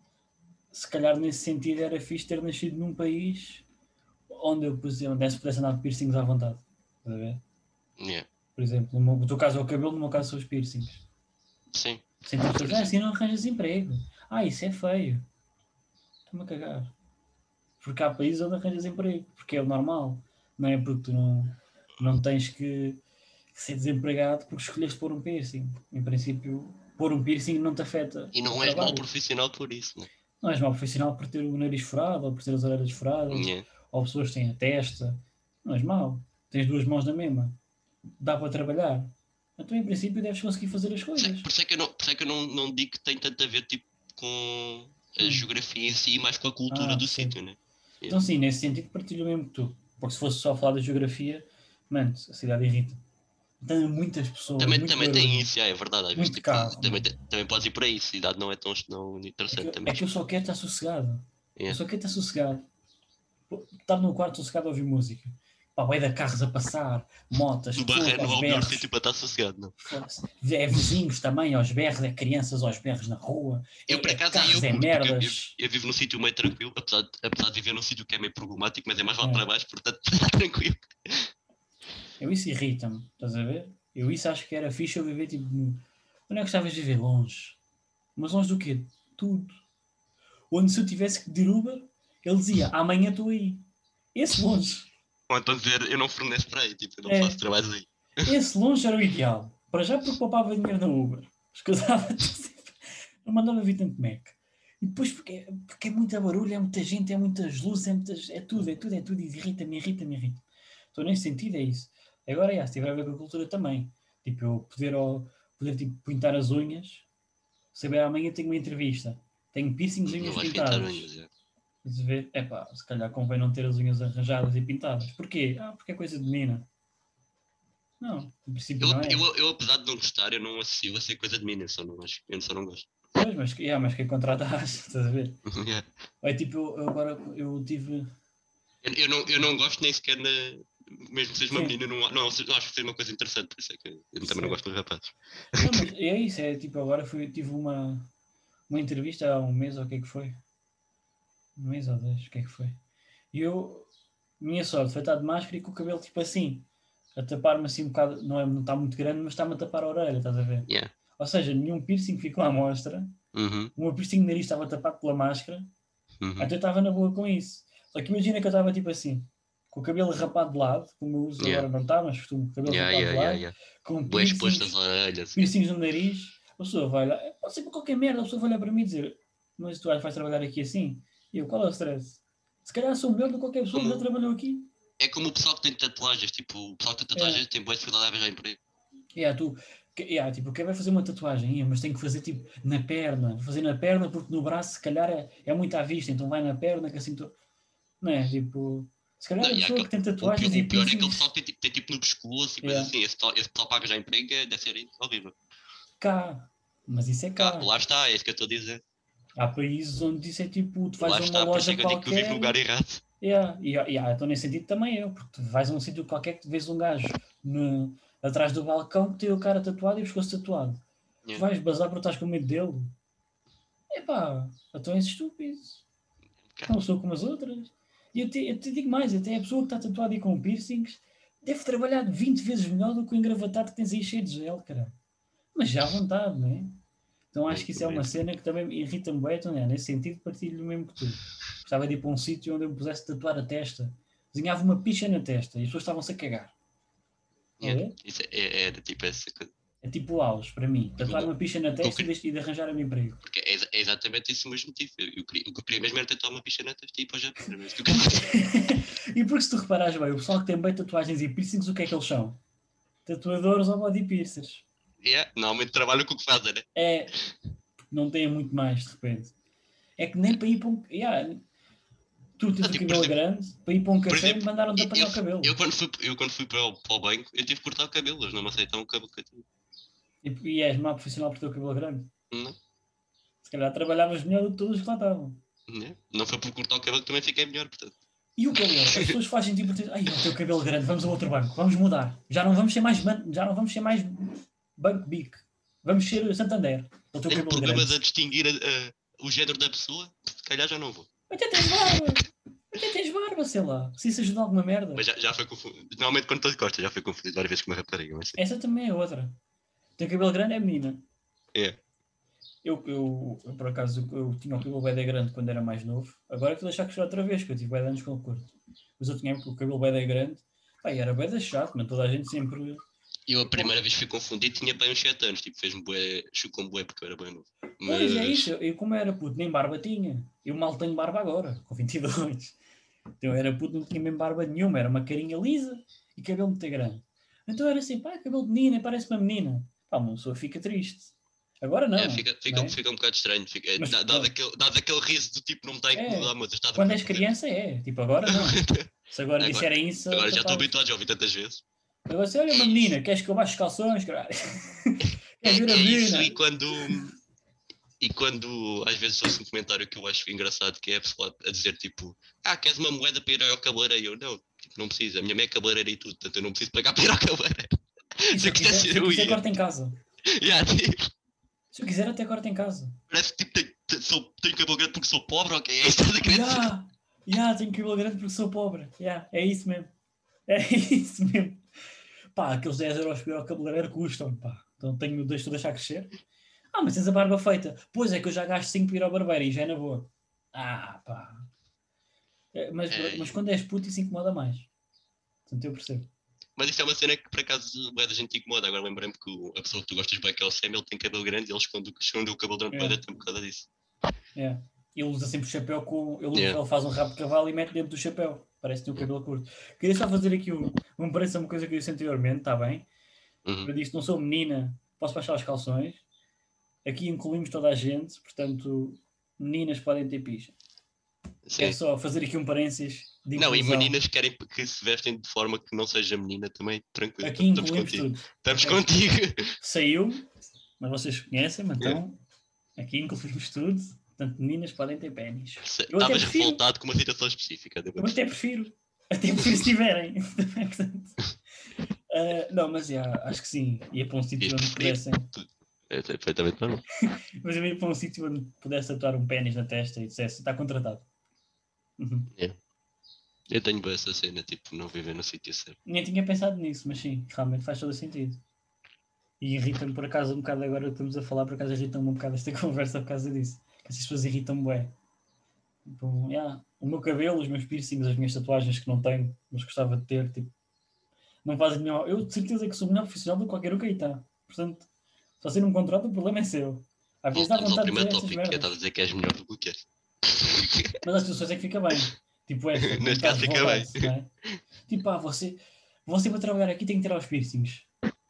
se calhar nesse sentido era fixe ter nascido num país onde eu, por exemplo, desse, pudesse andar de piercings à vontade. Estás a ver? Yeah. Por exemplo, no, meu, no teu caso é o cabelo, no meu caso são os piercings. Sim. Sem ter Por pessoas, ah, exemplo. assim não arranjas emprego. Ah, isso é feio. Estou-me a cagar. Porque há países onde arranjas emprego. Porque é o normal. Não é porque tu não, não tens que, que ser desempregado porque escolheste pôr um piercing. Em princípio, pôr um piercing não te afeta E o não és mau trabalho. profissional por isso, né? Não és mau profissional por ter o nariz furado ou por ter as orelhas furadas Yeah. ou pessoas que têm a testa. Não és mau. Tens duas mãos na mesma. Dá para trabalhar. Então, em princípio, deves conseguir fazer as Por isso é, coisas. por isso é que eu, não, por isso é que eu não, não digo que tem tanto a ver tipo, com a Hum. geografia em si, mais com a cultura Ah, do percebo. sítio, né? Então, sim, nesse sentido, partilho mesmo que tu. Porque se fosse só falar da geografia, mano, a cidade irrita. Tem muitas pessoas, Também, muito também tem barulho, isso, é verdade. Às vezes muito tipo, carro, também, mano. te- também podes ir por aí, cidade não é tão, tão É interessante que, também. é que eu só quero estar sossegado. Eu Yeah. só quero estar sossegado. Estar no quarto sossegado a ouvir música. pá, bué de carros a passar, motas, No pessoas Barreiro não há aos o melhor berros. sítio para estar sossegado, não. É vizinhos também aos berros, é crianças aos berros na rua, é, Eu, por é acaso, carros, eu é curto, porque eu, eu, merdas. eu vivo num sítio meio tranquilo, apesar de, apesar de viver num sítio que é meio problemático, mas é mais lá É. para baixo, portanto, está tranquilo. Eu isso irrita-me, estás a ver? Eu isso acho que era fixe eu viver tipo. no- Eu não gostavas de viver longe. Mas longe do quê? Tudo. Onde se eu tivesse que pedir Uber, ele dizia, amanhã estou aí. Esse longe. Ou então dizer, eu não forneço para aí, tipo, eu não É. faço trabalhos aí. Esse longe era o ideal. Para já porque poupava dinheiro na Uber. Escusava não mandava vir tanto Mac. E depois porque, porque é muita barulho, é muita gente, é muitas luzes, é, muitas, é tudo, é tudo, é tudo. E irrita-me, irrita-me, irrita-me. Então nesse sentido é isso. Agora, é, se tiver a ver com a cultura também. Tipo, eu poder, ó, poder tipo, pintar as unhas, saber amanhã tenho uma entrevista. Tenho piercings e Não unhas vais pintar pintadas. unhas, já. Estás a ver? Epá, se calhar convém não ter as unhas arranjadas e pintadas. Porquê? Ah, porque é coisa de menina. Não, em princípio Eu, não é. eu, eu, apesar de não gostar, eu não associo a ser coisa de mim, eu só não, acho, eu só não gosto. Pois, mas, yeah, mas quem contrata acha, estás a ver? Yeah. É tipo, eu, eu agora eu tive. Eu, eu, não, eu não gosto nem sequer, na, mesmo que seja uma Sim. menina, não, não, não acho que seja uma coisa interessante, por isso é que eu também Sim. não gosto dos rapazes. Não, mas é isso, é tipo, agora fui, tive uma, uma entrevista há um mês, ou o que é que foi? Um mês ou dois, o que é que foi? E eu, minha sorte foi estar de máscara e com o cabelo tipo assim, a tapar-me assim um bocado, não, é, não está muito grande, mas está-me a tapar a orelha, estás a ver? Yeah. Ou seja, nenhum piercing ficou à mostra, Uhum, o meu piercing de nariz estava tapado pela máscara, uhum. então eu estava na boa com isso. Só que imagina que eu estava tipo assim, com o cabelo rapado de lado, como eu uso Yeah. agora não está, mas costumo, cabelo Yeah, rapado yeah, de lado, yeah, yeah. com Boas expostas piercings, às orelhas. piercings no nariz, a pessoa vai lá, pode ser por qualquer merda, a pessoa vai olhar para mim e dizer, mas tu vais trabalhar aqui assim? E eu, qual é o stress? Se calhar sou melhor do que qualquer pessoa que já Como, trabalhou aqui. é como o pessoal que tem tatuagens, tipo, o pessoal que tem Yeah. tatuagens tem boa dificuldade a arranjar emprego. Yeah, tu, que, yeah, tipo, quem vai fazer uma tatuagem, yeah, mas tem que fazer tipo na perna, fazer na perna porque no braço se calhar é, é muito à vista, então vai na perna que assim tu... Não é? Tipo, se calhar Não, a e há pessoa aquele- que tem o, pior, tatuagens e o pior é aquele piercings, pessoal que tem, tipo- tem tipo no pescoço e Yeah. coisas assim. Esse, pessoal- esse pessoal para arranjar emprego é- deve ser horrível. cá, mas isso é Cá, cá. lá está, é isso que eu estou a dizer. Há países onde isso é tipo, tu vais Lá a uma está, por isso loja é que eu digo que eu vivo no qualquer. lugar errado. Yeah, e yeah, então nesse sentido também eu, porque tu vais a um sítio qualquer que vês um gajo no, atrás do balcão que tem o cara tatuado e o pescoço tatuado. Tu Yeah. vais bazar porque estás com medo dele. Epá, então és estúpido. Não sou como as outras. E eu te, eu te digo mais, até a pessoa que está tatuada e com piercings deve trabalhar vinte vezes melhor do que o engravatado que tens aí cheio de gel, cara. Mas já à vontade, não é? Então acho que isso é uma cena que também me irrita-me bem, então, é, nesse sentido partilho o mesmo que tu. Gostava de ir para um sítio onde eu me pudesse tatuar a testa. Desenhava uma picha na testa e as pessoas estavam-se a cagar. Yeah. É? Isso é, é, é tipo essa coisa. É tipo o auge para mim. Tatuar Tipo, uma picha na testa eu- e de, e de arranjar um emprego. Porque é, exa- é exatamente esse o mesmo motivo. Eu, eu queria, o que eu queria mesmo era tentar uma picha na testa e ir para o Japão. Era mesmo que eu queria. E porque se tu reparares bem, o pessoal que tem bem tatuagens e piercings, o que é que eles são? Tatuadores ou body piercers. Yeah, normalmente trabalham com o que fazem, né? É, não têm muito mais de repente. É que nem para ir para um. Yeah, tu tens Ah, o tipo, por cabelo exemplo- grande, para ir para um Por café exemplo, mandaram-te eu, apanhar o cabelo. eu quando fui, eu quando fui para, o, para o banco, eu tive que cortar o cabelo. Eles não me aceitam o cabelo que eu tinha. E, e és má profissional por ter o cabelo grande. Não, Se calhar trabalhavas melhor do que todos os que lá estavam. não, não foi por cortar o cabelo que também fiquei melhor, portanto. E o cabelo? As pessoas fazem tipo, ai, o teu cabelo grande, vamos a outro banco, vamos mudar. Já não vamos ser mais, já não vamos ser mais Banco Bic. Vamos ser Santander. O teu Tenho cabelo problemas grande. a distinguir a- a- o género da pessoa, se calhar já não vou. Até tens barba. Até tens barba, sei lá. Se isso ajuda alguma merda. Mas já, já foi confundido. Normalmente quando estou de costas já foi confundido várias vezes com uma rapariga. Mas sim. Essa também é outra. Tem cabelo grande é menina. É. Eu, eu, eu, por acaso, eu tinha o cabelo bem grande quando era mais novo. Agora é que vou deixar crescer outra vez, que eu tive bem anos com o curto. Mas eu tinha o cabelo bem grande. Pá, e era bem chato, mas toda a gente sempre... Eu a primeira vez fui confundido tinha bem uns sete anos. Tipo, fez-me bué, chucou-me bué porque eu era bem novo. Mas... Pois é isso, eu como era puto, nem barba tinha. Eu mal tenho barba agora, com vinte e dois. Então eu era puto, não tinha mesmo barba nenhuma, era uma carinha lisa e cabelo muito grande. Então era assim, pá, cabelo de menina, parece uma menina. Pá, uma pessoa fica triste. Agora não. É, fica, fica, não é? fica um bocado estranho. Fica, Mas, dá, dá, aquele, dá aquele riso do tipo, não me está a incomodar, É, mas está a quando és criança é, tipo agora não. Se agora, Agora- disserem isso... Agora já estou capaz. habituado, já ouvi tantas vezes. Agora assim, olha uma menina, queres que eu baixe os calções, caralho? É, Queres ver a é isso, menina? e quando. E quando às vezes ouço um comentário que eu acho engraçado, que é a pessoa a dizer tipo, ah, queres uma moeda para ir ao cabeleireiro? Eu não, tipo, não precisa. A minha mãe é cabeleireira e tudo, portanto eu não preciso pagar para ir ao cabeleireiro. E Se eu quiser ser, eu quiser ia. corta em casa. Yeah, tipo, Se eu quiser até corta em casa. parece que tipo, tenho, tenho, sou, tenho cabelo grande porque sou pobre, ok? É isso que estás a querer dizer? Ya, ya, tenho cabelo grande porque sou pobre. Ya, é isso mesmo. É isso mesmo. Pá, aqueles dez euros para ir ao cabeleireiro custam, pá. Então tenho, deixo de deixar crescer. Ah, mas tens a barba feita. Pois é que eu já gasto cinco para ir ao barbeiro e já é na boa. Ah, pá. É, Mas, É, mas quando és puto isso incomoda mais. Portanto, eu percebo. mas isso é uma cena que por acaso bué da gente incomoda. Agora lembrei-me que o- a pessoa que tu gostas bem, que é o Sam, ele tem cabelo grande e ele esconde, esconde o cabelo durante bué É, da tempo por causa disso. é. Ele usa sempre o chapéu com. Ele, Yeah, ele faz um rabo de cavalo e mete dentro do chapéu. Parece que tem o yeah. cabelo curto. Queria só fazer aqui um. Um parece uma coisa que eu disse anteriormente, está bem? Uhum. Eu disse: não sou menina, posso baixar os calções. Aqui incluímos toda a gente, portanto, meninas podem ter picha. É Sim. só fazer aqui um parênteses de Não, e inclusão. meninas que querem que se vestem de forma que não seja menina também, tranquilo, Aqui estamos incluímos contigo. tudo. Estamos Ok? contigo. Saiu, mas vocês conhecem-me, Yeah. então aqui incluímos tudo. Portanto, meninas podem ter pênis. Se- Eu até Estavas prefiro. revoltado com uma situação específica. Eu até prefiro. Até prefiro se tiverem. Portanto, uh, não, mas já, acho que sim. Ia para um Ias sítio onde preferir? pudessem. É perfeitamente normal. Mas eu ia para um sítio onde pudesse atuar um pênis na testa e dissesse: está contratado. Uhum. Yeah. Eu tenho bem essa cena, tipo, não viver no sítio certo. Nem tinha pensado nisso, mas sim, realmente faz todo sentido. E irrita-me por acaso um bocado agora que estamos a falar, por acaso irrita-me um bocado esta conversa por causa disso. Que essas pessoas irritam-me bem. Tipo, yeah, o meu cabelo, os meus piercings, as minhas tatuagens que não tenho, mas gostava de ter, tipo, não fazem nenhuma. Eu de certeza que sou melhor profissional do que qualquer um que aí está. Portanto, se você não me contrata, o problema é seu. Às vezes dá Voltamos ao vontade de primeiro dizer estas tópico, que é estar a merdas. dizer que és melhor do que és. Mas às situações é que fica bem. Tipo esta, quando Neste estás caso fica bem. revoltado, não é? Tipo, ah, você, você para trabalhar aqui tem que tirar os piercings.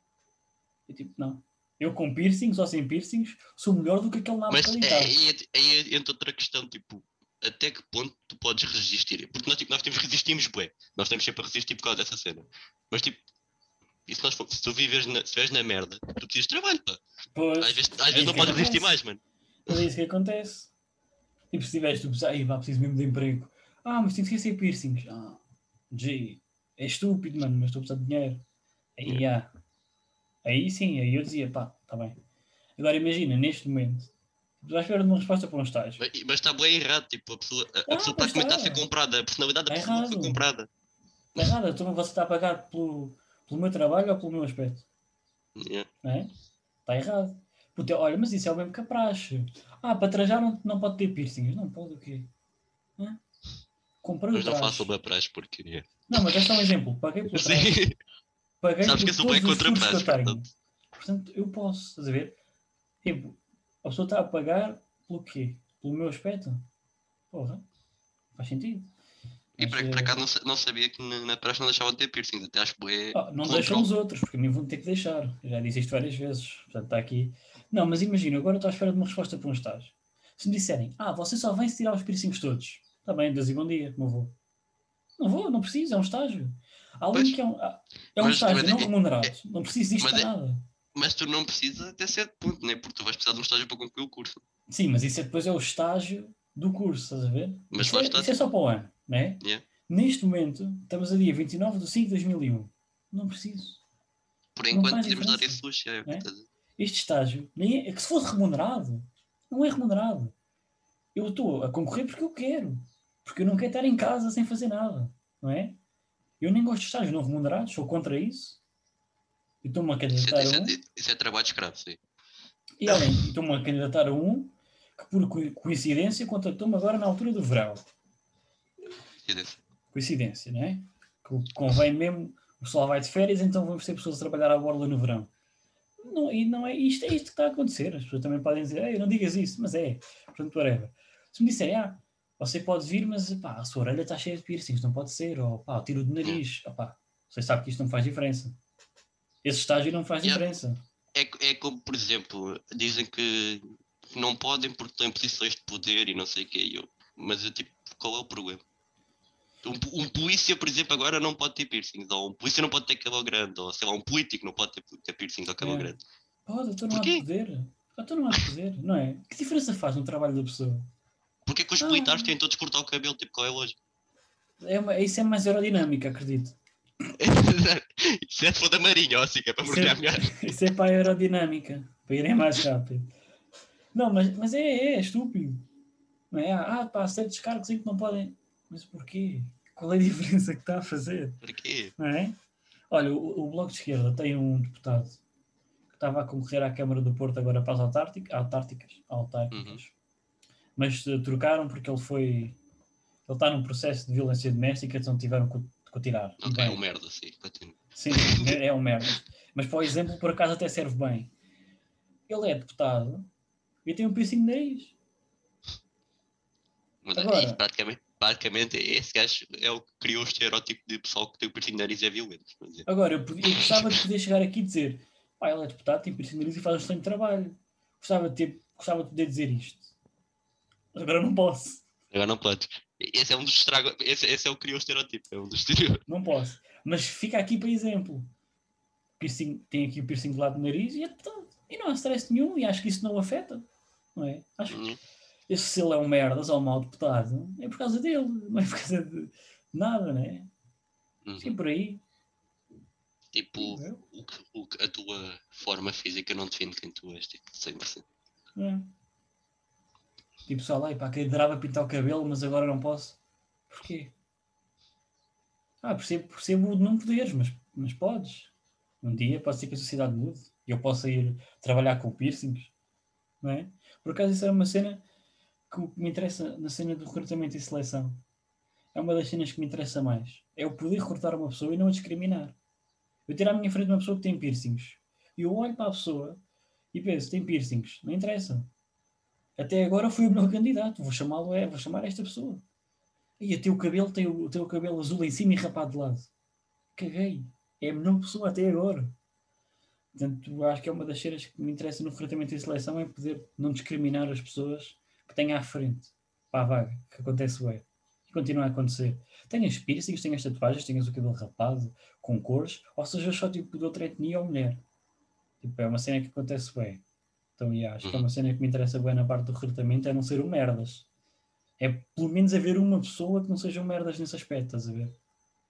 Eu tipo, não. Eu com piercings ou sem piercings sou melhor do que aquele nabo Mas que ali é, está. é, é, entra outra questão, tipo, até que ponto tu podes resistir? Porque nós, tipo, nós temos resistimos, bué. Nós temos sempre a resistir por causa dessa cena. Mas, tipo, e se, nós for, se tu vives na, se estiveres na merda, tu precisas de trabalho, pá. Pois, Às vezes, às é vezes isso não que podes resistir acontece. mais, mano. Mas é isso que acontece. Tipo, se tiveres, tu pensas, ai, vá, preciso mesmo de emprego. Ah, mas tenho que ser piercings. Ah, G, é estúpido, mano, mas estou a precisar de dinheiro. Aí, Yeah. ah. Aí sim, aí eu dizia, pá, tá bem. Agora imagina, neste momento, tu vais esperar uma resposta para um estágio. Mas, mas está bem errado, tipo, a pessoa, a, a Ah, pessoa pois praticamente está a ser está. comprada, a personalidade da Está pessoa foi errado. comprada. Está errado. Então você está a pagar pelo, pelo meu trabalho ou pelo meu aspecto? Yeah. Não é? Está errado. Puta, olha, mas isso é o mesmo que a praxe. Ah, para trajar não, não pode ter piercings. Não pode o quê? Hã? Comprei o Mas não façam traje. uma praxe porque. Yeah. Não, mas é só um exemplo. Paguei pelo traje. Sim. Paguei Sabes que por eu sou bem todos os contra furos que praxe, eu tenho. portanto. Portanto, eu posso, estás a ver? Tipo, a pessoa está a pagar pelo quê? Pelo meu aspecto? Porra, faz sentido. E Mas por, por eh, acaso não, sa- não sabia que na, na praxe não deixavam de ter piercings, até acho que é ah, não deixam contra os o. outros, porque a mim vão ter que deixar. Eu já disse isto várias vezes. Portanto, está aqui. Não, mas imagina, agora estou à espera de uma resposta para um estágio. Se me disserem, ah, você só vem se tirar os piercings todos. Está bem, Deus e bom dia, não vou. Não vou, não preciso, é um estágio. Além de Pois, que é um, ah, é um mas, estágio mas, não é, remunerado. é- Não preciso disto mas, para é- nada. mas tu não precisas até certo ponto, né? Porque tu vais precisar de um estágio para concluir o curso. Sim, mas isso é depois é o estágio do curso, estás a ver? Mas Isso lá é, está, isso é só tipo. para o ano, não é? Yeah. Neste momento, estamos a dia vinte e nove de cinco de dois mil e um. Não preciso. Por Não enquanto faz podemos dar diferença. esse luxo, é o Não que é? estás a dizer. Este estágio, nem é, é que se fosse remunerado, não é remunerado. Eu estou a concorrer porque eu quero. Porque eu não quero estar em casa sem fazer nada. Não é? Eu nem gosto de estágios não remunerados, sou contra isso. E estou-me a Isso é, candidatar a isso, é, um. isso é trabalho escravo, sim. E além, e estou-me a candidatar a um que, por coincidência, contactou-me agora na altura do verão. Coincidência. Coincidência, não é? Que convém mesmo, o pessoal vai de férias, então vamos ter pessoas a trabalhar à borla no verão. Não, e não é isto, é isto que está a acontecer. As pessoas também podem dizer, ei, não digas isso, mas é. Portanto, whatever. Se me disserem, ah, você pode vir, mas pá, a sua orelha está cheia de piercings, não pode ser. Ou pá, tiro do Yeah. nariz. Opá, você sabe que isto não faz diferença. Esse estágio não faz Yeah. diferença. É, é como, por exemplo, dizem que não podem porque têm posições de poder e não sei o que. Eu, mas eu, tipo, qual é o problema? Um, um polícia, por exemplo, agora não pode ter piercings, ou um polícia não pode ter cabelo grande, ou sei lá, um político não pode ter, ter piercings ou cabelo É. grande. Pode, então não há de Porquê? poder. Então não há de poder, não é? Que diferença faz no trabalho da pessoa? Porquê que os Ah, militares têm todos que cortar o cabelo? Tipo, qual é a lógica? É uma, isso é mais aerodinâmica, acredito. Isso é de da marinha, ó, assim, que é para mergulhar melhor. Isso é para a aerodinâmica, para irem mais rápido. Não, mas, mas é, é, é estúpido. Não é? Ah, pá, certos cargos em que não podem. Mas porquê? Qual é a diferença que está a fazer? Porquê? Não é? Olha, o, o Bloco de Esquerda tem um deputado que estava a concorrer à Câmara do Porto agora para as autárticas, autárticas, autárticas. Uhum. Mas uh, trocaram porque ele foi. Ele está num processo de violência doméstica, então tiveram que o tirar. Ok, é um merda, sim. Continua. Sim, é um merda. Mas, por exemplo, por acaso até serve bem. Ele é deputado e tem um piercing no nariz. Mas agora, é, praticamente, praticamente esse gajo é o que criou o estereótipo de pessoal que tem o piercing no nariz é violento. Agora, eu, podia, eu gostava de poder chegar aqui e dizer: pá, ele é deputado, tem piercing no nariz e faz um excelente trabalho. Gostava de, ter, gostava de poder dizer isto. Mas agora não posso. Agora não podes. Esse é um dos estragos. Esse, esse é o que criou o estereótipo. É um dos Não posso. Mas fica aqui para exemplo. Piercing, tem aqui o piercing do lado do nariz e é deputado. E não há stress nenhum e acho que isso não o afeta. Não é? Acho que. Uhum. Esse se ele é um merdas ou um mau deputado, é por causa dele, não é por causa de nada, não é? Uhum. Sim, por aí. Tipo, o que, o que a tua forma física não define quem tu és, tipo, cem por cento. É. Tipo, só lá, e pá, que adorava pintar o cabelo, mas agora não posso. Porquê? Ah, percebo, percebo de não poderes, mas, mas podes. Um dia pode ser que a sociedade mude e eu possa ir trabalhar com piercings, não é? Por acaso isso é uma cena que me interessa na cena do recrutamento e seleção. É uma das cenas que me interessa mais. É o poder recrutar uma pessoa e não a discriminar. Eu tiro à minha frente uma pessoa que tem piercings e eu olho para a pessoa e penso, tem piercings, não interessa. Até agora fui o melhor candidato, vou chamá-lo, é, vou chamar esta pessoa. E o teu cabelo tem o, o teu cabelo azul em cima e rapado de lado. Caguei. É a melhor pessoa até agora. Portanto, acho que é uma das cenas que me interessa no recrutamento e seleção é poder não discriminar as pessoas que têm à frente para a vaga, que acontece bem. E continua a acontecer. Tenhas piercings, tenhas tatuagens, tenhas o cabelo rapado, com cores, ou seja, só tipo de outra etnia ou mulher. Tipo, é uma cena que acontece bem. Então, yeah, acho uhum. que é uma cena que me interessa bem na parte do recrutamento, é não ser um merdas. É pelo menos haver uma pessoa que não seja um merdas nesse aspecto, estás a ver?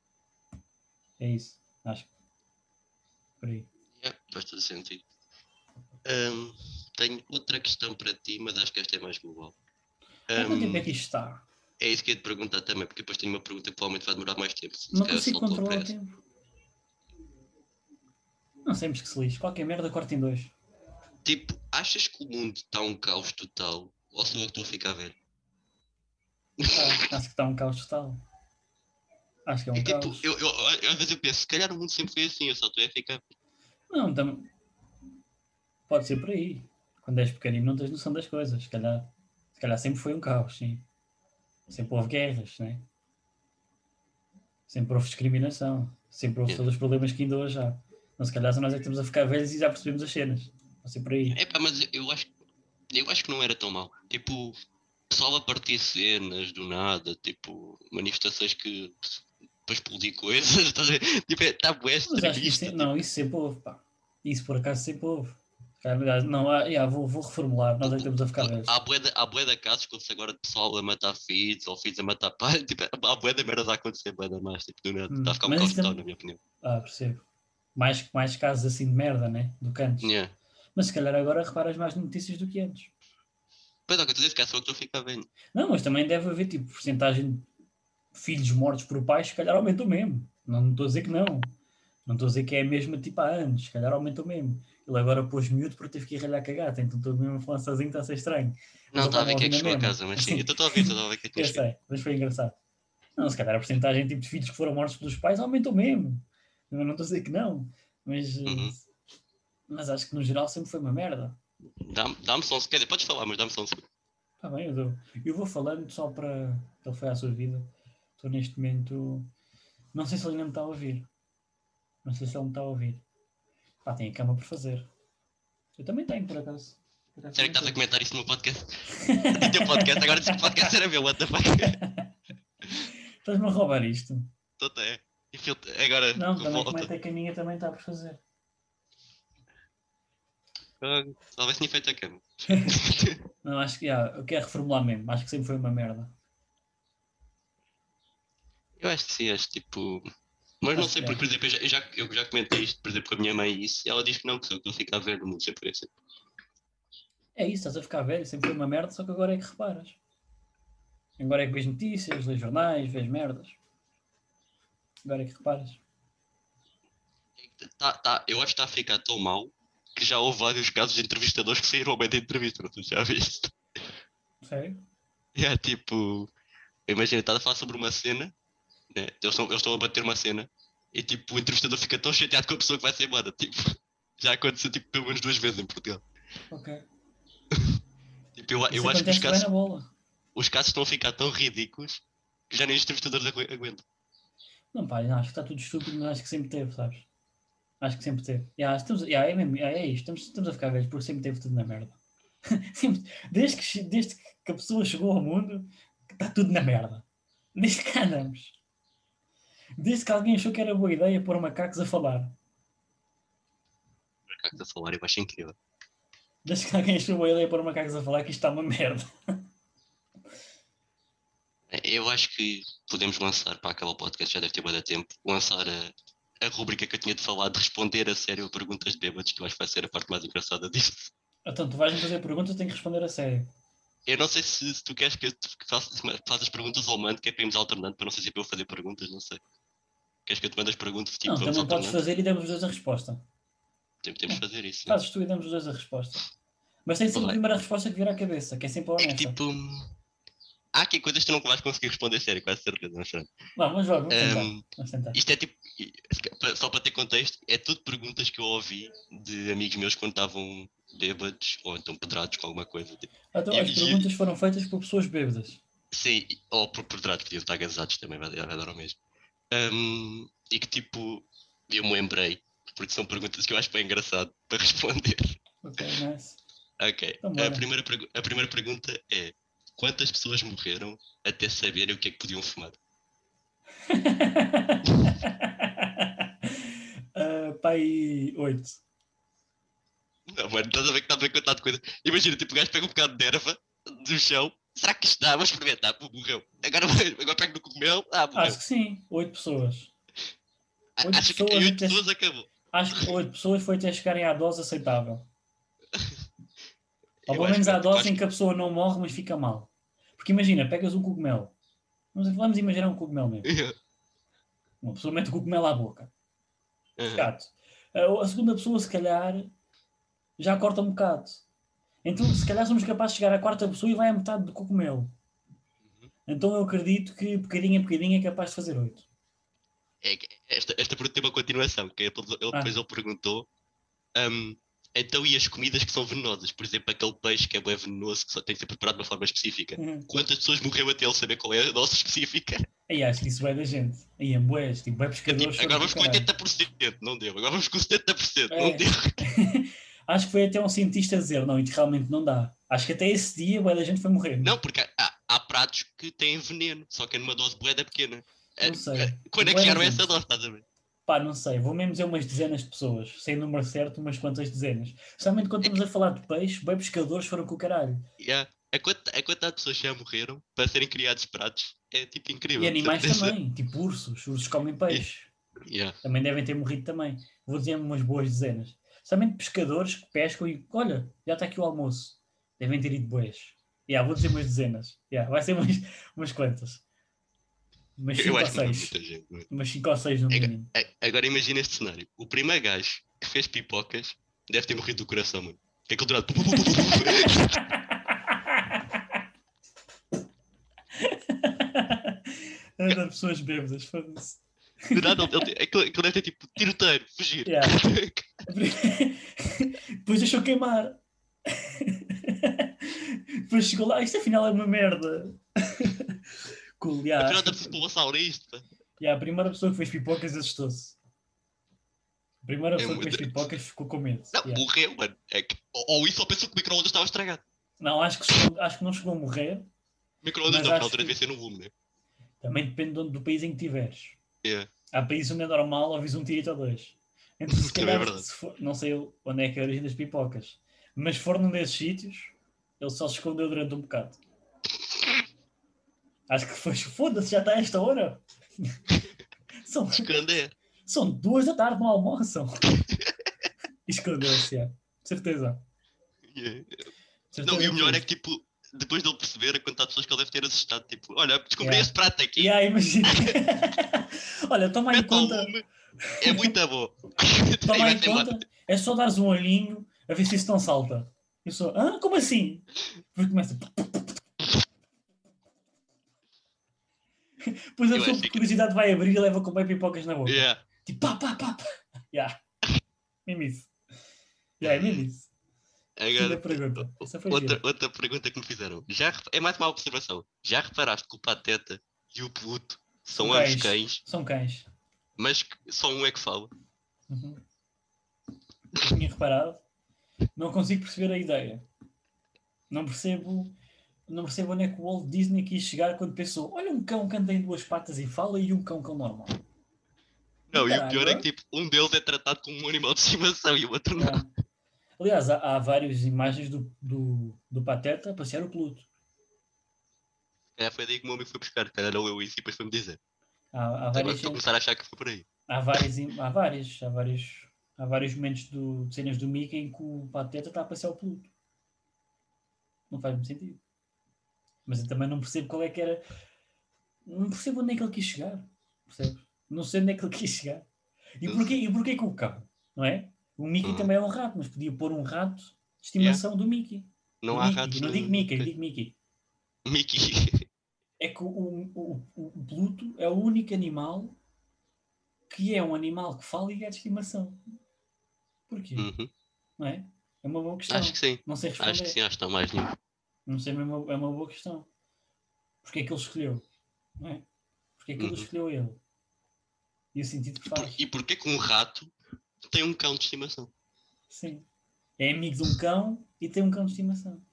É isso, acho que. Por aí. Yeah, faz todo sentido. Um, tenho outra questão para ti, mas acho que esta é mais global. Há quanto um, tempo é que isto está? É isso que eu ia te perguntar também, porque depois tenho uma pergunta que provavelmente vai demorar mais tempo. Não consigo controlar o tempo. Não sei, mas que se lixe. Qualquer merda corta em dois. Tipo, achas que o mundo está um caos total? Ou sou eu que estou a ficar velho? Ah, acho que está um caos total. Acho que é um e, caos. Tipo, eu, eu, eu, às vezes eu penso, se calhar o mundo sempre foi assim, eu só estou a ficar... Não, também... Pode ser por aí. Quando és pequenino não tens noção das coisas. Se calhar, se calhar sempre foi um caos, sim. Sempre houve guerras, né? Sempre houve discriminação. Sempre houve yeah. todos os problemas que ainda hoje há. Não, se calhar só nós é que estamos a ficar velhos e já percebemos as cenas. Pode ser por aí. É pá, mas eu acho, eu acho que não era tão mau. Tipo, pessoal a partir cenas do nada, tipo, manifestações que para explodir coisas, está tipo, é, tá bué extremista. Isso, não, isso sempre houve, pá. Isso por acaso sempre houve. Não, ah, yeah, vou, vou reformular, nós é que estamos a ficar velhos. Há bué de, há bué de casos quando se agora de pessoal a matar filhos ou filhos a matar pais, tipo, há bué de merda a acontecer, bué de mais, tipo, do nada, está a ficar um caos total, na minha opinião. Ah, percebo. Mais, mais casos assim de merda, né? Do que antes. Yeah. Mas se calhar agora reparas mais notícias do que antes. Pois é, o que eu estou a dizer, que é só que estou a ficar velho. Não, mas também deve haver, tipo, porcentagem de filhos mortos por pais, se calhar aumentou mesmo. Não, não estou a dizer que não. Não estou a dizer que é a mesma tipo há anos, se calhar aumentou mesmo. Ele agora pôs miúdo porque teve que ir ralhar cagata, então estou mesmo a falar sozinho, está a ser estranho. Não, está a ver que é que chegou a casa, mas sim, eu estou a ouvir, estou a ver que é que eu sei, mas foi engraçado. Não, se calhar a porcentagem tipo, de filhos que foram mortos pelos pais aumentou mesmo. Eu não estou a dizer que não, mas, uhum. mas acho que no geral sempre foi uma merda. Dá-me, dá-me só um segundo, podes falar, mas dá-me só um segundo. Está bem, eu dou. Eu vou falando só para ele foi à sua vida. Estou neste momento. Não sei se ele ainda me está a ouvir. Não sei se ele me está a ouvir. Pá, tem a cama por fazer. Eu também tenho, por acaso. Por acaso Será que estás a comentar isso no meu podcast? No teu podcast, agora disse que o podcast era meu, what the fuck? Estás-me a roubar isto? Estou até. Agora, não, também comenta que a minha também está por fazer. Uh, talvez tinha feito a cama. Não, acho que, yeah, eu quero reformular mesmo. Acho que sempre foi uma merda. Eu acho que sim, acho tipo. Mas não Acho sei, que porque, por é. exemplo, eu já, eu já, eu já comentei isto, por exemplo, com a minha mãe e isso, e ela diz que não, que só que eu fico a ver, não sei por isso. É isso, estás a ficar velho, sempre foi uma merda, só que agora é que reparas. Agora é que vês notícias, lês jornais, vês merdas. Agora é que reparas. Tá, tá, eu acho que está a ficar tão mal que já houve vários casos de entrevistadores que saíram ao meio da entrevista, não sei se já viste. Sério? E é tipo, imagina, estás a falar sobre uma cena, né? Eles estão, eles estão a bater uma cena e tipo, o entrevistador fica tão chateado com a pessoa que vai ser embora. Tipo, já aconteceu tipo, pelo menos duas vezes em Portugal. Ok. Tipo, eu, Isso eu acho que os acontece bem na casos, bola. os casos estão a ficar tão ridículos que já nem os entrevistadores agu- aguentam. Não, pá, acho que está tudo estúpido, mas acho que sempre teve, sabes? Acho que sempre teve. Yeah, estamos, yeah, é, mesmo, yeah, é isto, estamos, estamos a ficar velhos porque sempre teve tudo na merda. Sempre- desde, que, desde que a pessoa chegou ao mundo, está tudo na merda. Desde que andamos. Desde que alguém achou que era boa ideia pôr macacos a falar. Por acaso, a falar, eu acho incrível. Desde que alguém achou boa ideia pôr macacos a falar que isto está uma merda. Eu acho que podemos lançar, para acabar o podcast, já deve ter muito tempo, lançar a, a rubrica que eu tinha de falar de responder a sério a perguntas de bêbados, que eu acho que vai ser a parte mais engraçada disso. Então, tu vais-me fazer perguntas, eu tenho que responder a sério. Eu não sei se, se tu queres que eu te faça, faça as perguntas ou mando, que é para irmos alternando, para não sei se é para eu fazer perguntas, não sei. Queres que eu te mande as perguntas, tipo, Não, vamos também podes alternando? fazer e damos os dois a resposta. Tem- Temos de Não, fazer isso, né? fazes tu e damos os dois a resposta. Mas tem sempre a Olha, primeira resposta que vier à cabeça, que é sempre a é que honesta. tipo. Há aqui coisas que tu não vais conseguir responder sério, quase certeza, mas pronto. Vamos, vamos, vamos tentar. Ahm, Vamos tentar. Isto é tipo, só para ter contexto, é tudo perguntas que eu ouvi de amigos meus quando estavam bêbados ou então pedrados com alguma coisa. Tipo. Então, E, as e- perguntas foram feitas por pessoas bêbadas. sim, ou por pedrados, podiam estar gasados também, vai, vai dar ao mesmo. Ahm, e que tipo, eu me lembrei, porque são perguntas que eu acho bem engraçado para responder. Ok, nice. Ok, Então, a bora. primeira, pergu- a primeira pergunta é: quantas pessoas morreram até saberem o que é que podiam fumar? uh, pai, oito. Não, mano, estás a ver que estás a ver contar de coisa. Imagina, tipo, o gajo pega um bocado de erva do chão. Será que isto dá? Vou experimentar. Pô, morreu. Agora, agora pego no cogumelo. Ah, Acho morreu. que sim, oito pessoas. A- Oito Acho que em pessoas oito até. pessoas acabou. Acho que oito pessoas foi até chegarem à dose aceitável. Ou Eu pelo acho menos que não. à Tipo, dose acho em que. que a pessoa não morre, mas fica mal. Porque imagina, pegas um cogumelo. Vamos, vamos imaginar um cogumelo mesmo. Uma pessoa mete o cogumelo à boca. Uhum. Chato. A, a segunda pessoa, se calhar, já corta um bocado. Então, se calhar, somos capazes de chegar à quarta pessoa e vai a metade do cogumelo. Então, eu acredito que, bocadinho a bocadinho, é capaz de fazer oito. É que esta, esta pergunta tem uma continuação. Que é, ele, Ah, depois ele perguntou: hum, então, e as comidas que são venenosas? Por exemplo, aquele peixe que é bem venenoso, que só tem que ser preparado de uma forma específica. uhum. Quantas pessoas morreu até ele saber qual é a dose específica? Aí acho que isso vai da gente. Aí em boés, tipo, é É pescadores tipo, foram agora com o vamos com caralho. oitenta por cento. Não deu. Agora vamos com setenta por cento. Não É. deu. Acho que foi até um cientista a dizer, não, isto realmente não dá. Acho que até esse dia, boa da gente foi morrer. Não, porque há, há- há pratos que têm veneno, só que é numa dose bué pequena. É, Não sei. é, quando é que Boa da chegaram a gente. essa dose, estás a ver? Pá, não sei. Vou mesmo dizer umas dezenas de pessoas. Sem o número certo, umas quantas dezenas. Especialmente quando É estamos que, a falar de peixe, bem pescadores foram com o caralho. yeah, a, quanta, a quantidade de pessoas que já morreram para serem criados pratos é tipo E incrível, de animais certeza. também, tipo ursos. Ursos comem Yeah, peixe. yeah. Também devem ter morrido também. Vou dizer umas boas dezenas. Especialmente pescadores que pescam e, olha, já está aqui o almoço. Devem ter ido boas. Yeah, vou dizer umas dezenas. Yeah, vai ser umas, umas quantas. Umas Eu cinco ou acho que não é seis. muita gente. Não é? Umas cinco ou seis no Agora, mínimo. a- agora imagina este cenário: o primeiro gajo que fez pipocas deve ter morrido do coração, mano. Que é aquele durado. Era pessoas bêbadas, foda-se. Do nada, ele, ele, aquilo, aquilo deve ter tipo tiroteiro, fugir. Yeah. Depois deixou queimar. Depois chegou lá, isto afinal é uma merda. Cool, yeah, Afinal, acho está preciso que pôr uma saurista. Pá. yeah, a primeira pessoa que fez pipocas assustou-se. A primeira É pessoa que fez muito. pipocas ficou com medo. Não, Yeah. morreu, mano. É que, ou, ou isso ou pensou que o micro-ondas estava estragado. Não, acho que, chegou- acho que não chegou a morrer, Micro-ondas mas não, porque na acho altura que devia ser no lume, né? também depende do, do país em que estiveres. Yeah. Há países onde é normal ouvir um tirito ou dois. Então, se Também é calhar, verdade. se for, não sei onde é que é a origem das pipocas, mas se for num desses sítios, ele só se escondeu durante um bocado. Acho que foi, foda-se, já está a esta hora. São, Esconder. são duas da tarde, não almoçam. Escondeu-se, é. Certeza. Yeah. Certeza Não, e o melhor absoluta. é que, tipo, depois dele perceber a quantidade de pessoas que ele deve ter assustado, tipo, olha, descobri Yeah. este prato aqui, Yeah, imagina. Olha, toma em mete ao conta. lume, é muito bom. E Toma vai em ser embora. conta. É só dares um olhinho a ver se isso não salta. Eu sou, ah, como assim? Depois começa. Depois a Eu pessoa, acho por que. curiosidade, vai abrir e leva com bem pipocas na boca. Yeah. Tipo, pá, pá, pá, pá. Yeah. Mesmo isso. Yeah, é mesmo isso. Segunda Agora, pergunta. Essa foi outra, gira. outra pergunta que me fizeram. Já, rep- é mais uma observação. Já reparaste que o Pateta e o Pluto São são ambos cães. cães, São cães. mas que só um é que fala? Uhum. Eu tinha reparado. Não consigo perceber a ideia. Não percebo. Não percebo onde é que o Walt Disney quis chegar quando pensou: olha, um cão que anda em duas patas e fala e um cão cão normal. Do Não, e o pior é caralho, que tipo, um deles é tratado como um animal de estimação e o outro não. é. Aliás, há, há várias imagens do, do, do Pateta a passear o Pluto. É, foi daí que o meu amigo foi buscar, cara, não eu isso e depois foi-me dizer. Há, há Agora várias, estou a começar a achar que foi por aí. há várias, im- há várias, há vários, há vários momentos do, de cenas do Mickey em que o Pateta está a passear o Pluto. Não faz muito sentido. Mas eu também não percebo qual é que era. Não percebo onde é que ele quis chegar. Percebes? Não sei onde é que ele quis chegar. E Não porquê, sei. e porquê que o cão? Não é? O Mickey Uhum. também é um rato, mas podia pôr um rato de Yeah. estimação do Mickey. Não Do há Mickey. ratos Eu não digo no, no Mickey, eu coisa. digo Mickey. Mickey. É que o, o, o, o Pluto é o único animal que é um animal que fala e é de estimação. Porquê? Uhum. Não é? É uma boa Acho questão. que sim. Não sei Acho que responder. sim, acho que está mais nenhum. Não sei, mas é uma, é uma boa questão. Porquê é que ele escolheu? Não é? Porquê é que ele Uhum. escolheu ele? E o sentido que E, por, faz. e porquê que um rato tem um cão de estimação? Sim. É amigo de um cão e tem um cão de estimação.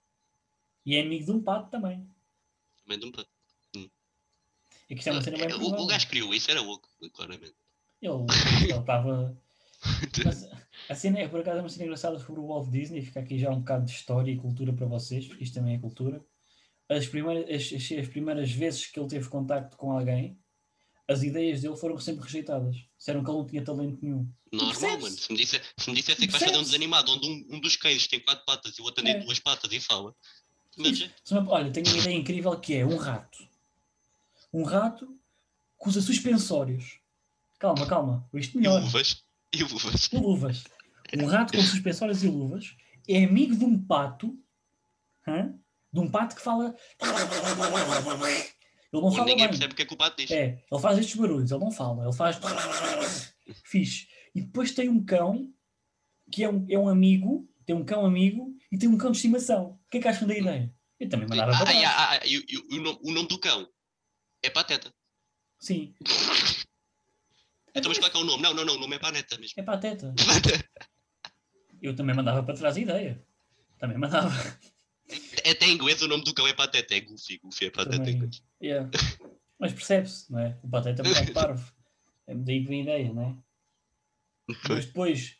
E é amigo de um pato também. Também de um pato. Hum. É que isto é uma cena bem É, o, o provável. gajo criou isso, era oco, claramente. Ele ele estava. Mas a cena é, por acaso, é uma cena engraçada sobre o Walt Disney. Fica aqui já um bocado de história e cultura para vocês, porque isto também é cultura. As primeiras, as, as, as primeiras vezes que ele teve contacto com alguém, as ideias dele foram sempre rejeitadas. Disseram que ele não tinha talento nenhum. E Normal, mano. percebe-se. Se me, disse, se me dissesse E que vais fazer um percebe-se. desanimado onde um, um dos cães tem quatro patas e o outro tem É. duas patas e fala, mas Fixe. é. Olha, tenho uma ideia incrível que é um rato. Um rato que usa suspensórios. Calma, calma. Isto E melhor. luvas. E luvas. E luvas. Um rato com suspensórios e luvas é amigo de um pato. Hã? De um pato que fala. Ele não Onde fala ninguém bem. percebe o que é que o pato diz. É, ele faz estes barulhos, ele não fala. Ele faz. Fixe. E depois tem um cão que é um, é um amigo. Tem um cão amigo e tem um cão de estimação. O que é que acham da ideia? Eu também mandava para Ah, trás. ah, ah, e, e, o, nome, o nome do cão é Pateta. Sim. Então, mas qual é que é o nome? Não, não, não, o nome é Paneta mesmo. É pateta. Eu também mandava para trás a ideia. Também mandava. Até em inglês o nome do cão é Pateta, é Goofy. Goofy é Pateta em Também. inglês. Yeah. Mas percebe-se, não é? O pateta é um bocado parvo. É daí que vem a ideia, não é? Mas depois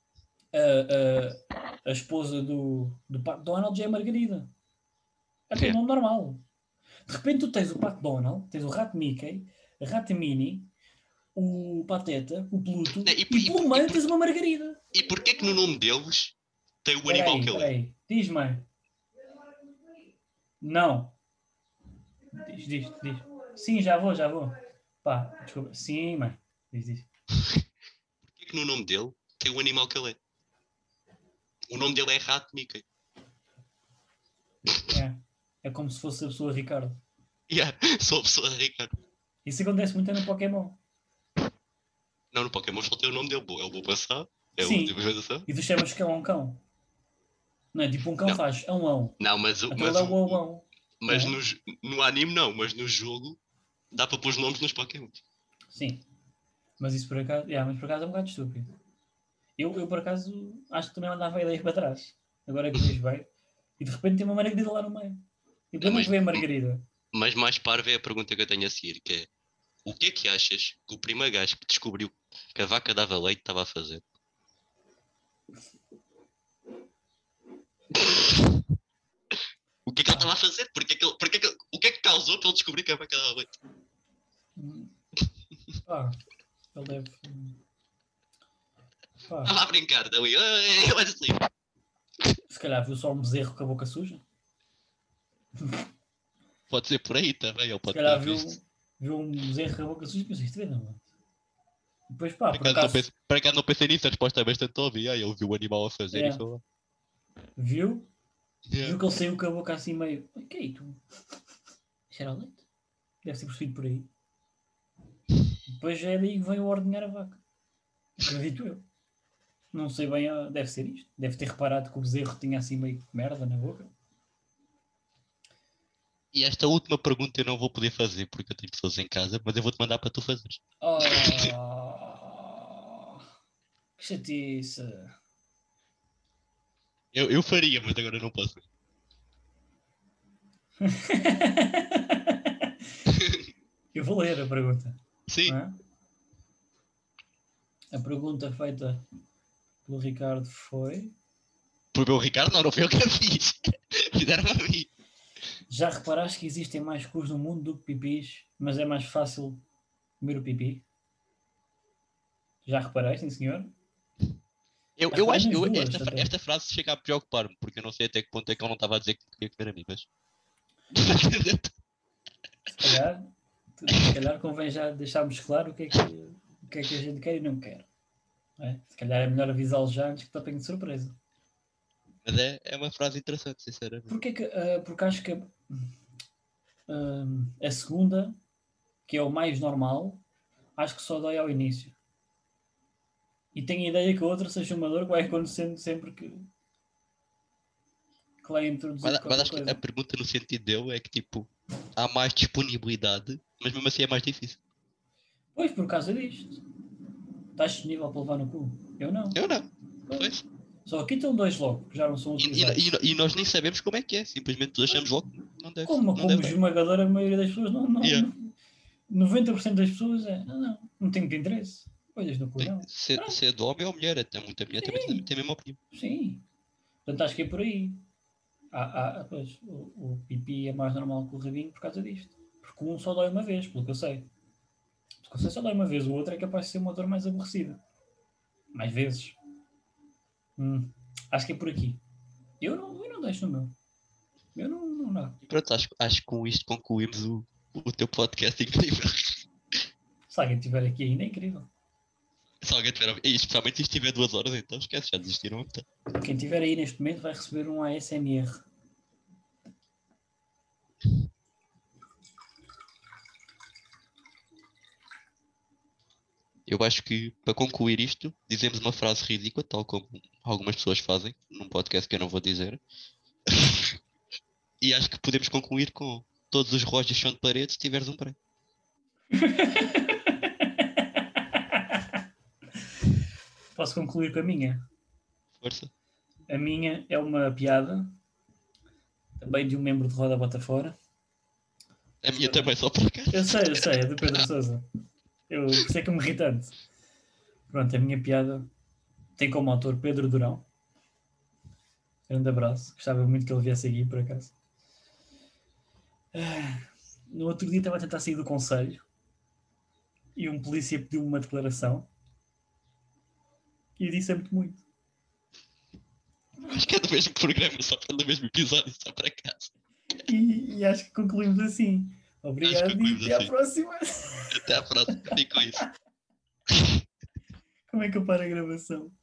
a, a, a esposa do, do Pato Donald já é Margarida. É teu Yeah. nome normal. De repente tu tens o Pato Donald, tens o Rato Mickey, a Rata Minnie, o Pateta, o Pluto E, e e, pelo e, meio por, tens uma Margarida. e porquê que no nome deles tem o Espera animal aí, que espera ele é? aí. Diz-me. Não. Diz, diz, diz. Sim, já vou, já vou. Pá, desculpa. Sim, mãe. Diz, diz. Porquê que no nome dele tem o animal que ele é? O nome dele é Rato Mickey. É. É como se fosse a pessoa Ricardo. Yeah, sou a pessoa Ricardo. Isso acontece muito no Pokémon. Não, no Pokémon só tem o nome dele. É o Bulbasaur. É o Sim. Bulbasaur. E tu chamas cão a um cão. Não é? Tipo um cão Não, faz ão ão. não, mas, o- Então ele mas, é o, o ão o- ão. Não mas é? no, j- no anime não, mas no jogo dá para pôr os nomes nos Pokémon. Sim. Mas isso por acaso, yeah, mas por acaso é um bocado estúpido. Eu, eu por acaso acho que também mandava a ideia para trás. Agora é que vejo bem. E de repente tem uma Margarida lá no meio. E de Não, onde é mas, que vem a Margarida? mas mais parva é a pergunta que eu tenho a seguir, que é o que é que achas que o primeiro gajo que descobriu que a vaca dava leite estava a fazer? O que é que ele estava a fazer? Porque é que ele, porque é que, o que é que causou causou para ele descobrir que é vaca dava leite? Pá, ele deve. Pá, Estava a brincar, Daí. Eu era assim. se calhar viu só um bezerro com a boca suja. Pode ser por aí também, ele Se pode calhar ter viu, visto. viu um bezerro com a boca suja e pensou, isto vê, não. Depois, pá, Por por acaso, não acaso, pensei, por acaso não pensei nisso, a resposta é bastante óbvia. Ele viu o animal a fazer É. e falou. viu, Yeah. viu que ele saiu com a boca assim meio. O que é isso? Cheira a leite? Deve ser percebido por aí. Depois é daí que veio ordenhar a vaca. Acredito eu. Não sei bem, ah, deve ser isto. Deve ter reparado que o bezerro tinha assim meio de merda na boca. E esta última pergunta eu não vou poder fazer porque eu tenho pessoas em casa, mas eu vou-te mandar para tu fazeres. Oh, que chatice. Eu, eu faria, mas agora não posso. Eu vou ler a pergunta. Sim. Não é? A pergunta feita pelo Ricardo foi: Porque o Ricardo não, não foi eu que a fiz. Fizeram a mim. já reparaste que existem mais cus no mundo do que pipis, mas é mais fácil comer o pipi? Já reparaste, sim senhor? Eu, Já eu reparei acho nas que duas, esta, até. esta frase chega a preocupar-me, porque eu não sei até que ponto é que ele não estava a dizer que queria comer a mim, mas. Se calhar, se calhar convém já deixarmos claro o que é que, o que, é que a gente quer e não quer. Não é? Se calhar é melhor avisá-lo já antes que te apanhe de surpresa. Mas é, é uma frase interessante, sinceramente. Porque, que, uh, porque acho que uh, a segunda, que é o mais normal, acho que só dói ao início. E tenho a ideia que a outra seja uma dor que vai acontecendo sempre que, que vai introduzir Mas, mas qualquer acho que a coisa. pergunta no sentido dele é que tipo, há mais disponibilidade, mas mesmo assim é mais difícil. Pois, por causa disto. Estás disponível para levar no cu? Eu não. Eu não. Pois. Pois. Só aqui estão dois logo, que já não são E, utilizados. e, e, e nós nem sabemos como é que é, simplesmente achamos logo que não deve. Como, Não como deve dar. esmagadora maioria das pessoas, não, não, Yeah. não, noventa por cento das pessoas é, não, não, não tenho muito interesse. Olhas no cu, Tem, não. se, Pronto. se é de homem ou mulher, até muita mulher também tem, Sim, tem a mesma opinião. sim. Portanto, acho que é por aí. Há, há, pois, o, o pipi é mais normal que o rabinho por causa disto. Porque um só dói uma vez, pelo que eu sei. Porque eu sei só dói uma vez, o outro é capaz de ser uma dor mais aborrecida. Mais vezes. Hum, acho que é por aqui. Eu não, eu não deixo no meu. Eu não, não dá. E pronto, acho, acho que com isto concluímos o, o teu podcast incrível. Se alguém estiver aqui ainda é incrível. Se alguém tiver a ouvir, e especialmente se estiver duas horas, então esquece, já desistiram então. Quem estiver aí neste momento vai receber um A S M R. Eu acho que, para concluir isto, dizemos uma frase ridícula, tal como algumas pessoas fazem, num podcast que eu não vou dizer. E acho que podemos concluir com todos os relógios são de parede se tiveres um pré. Posso concluir com a minha? Força. A minha é uma piada, também de um membro de Roda Bota Fora. A minha também, só por acaso. Eu sei, eu sei, é do Pedro Sousa. Eu, por isso é que é um irritante. Pronto, a minha piada tem como autor Pedro Durão. Grande abraço. Gostava muito que ele viesse aqui, por acaso. No outro dia estava a tentar sair do conselho e um polícia pediu-me uma declaração e disse-me muito. Acho que é do mesmo programa, só para no mesmo episódio, só para casa. E, e acho que concluímos assim. Obrigado e concluímos até assim. à próxima. Até à próxima. Fico com isso. Como é que eu paro a gravação?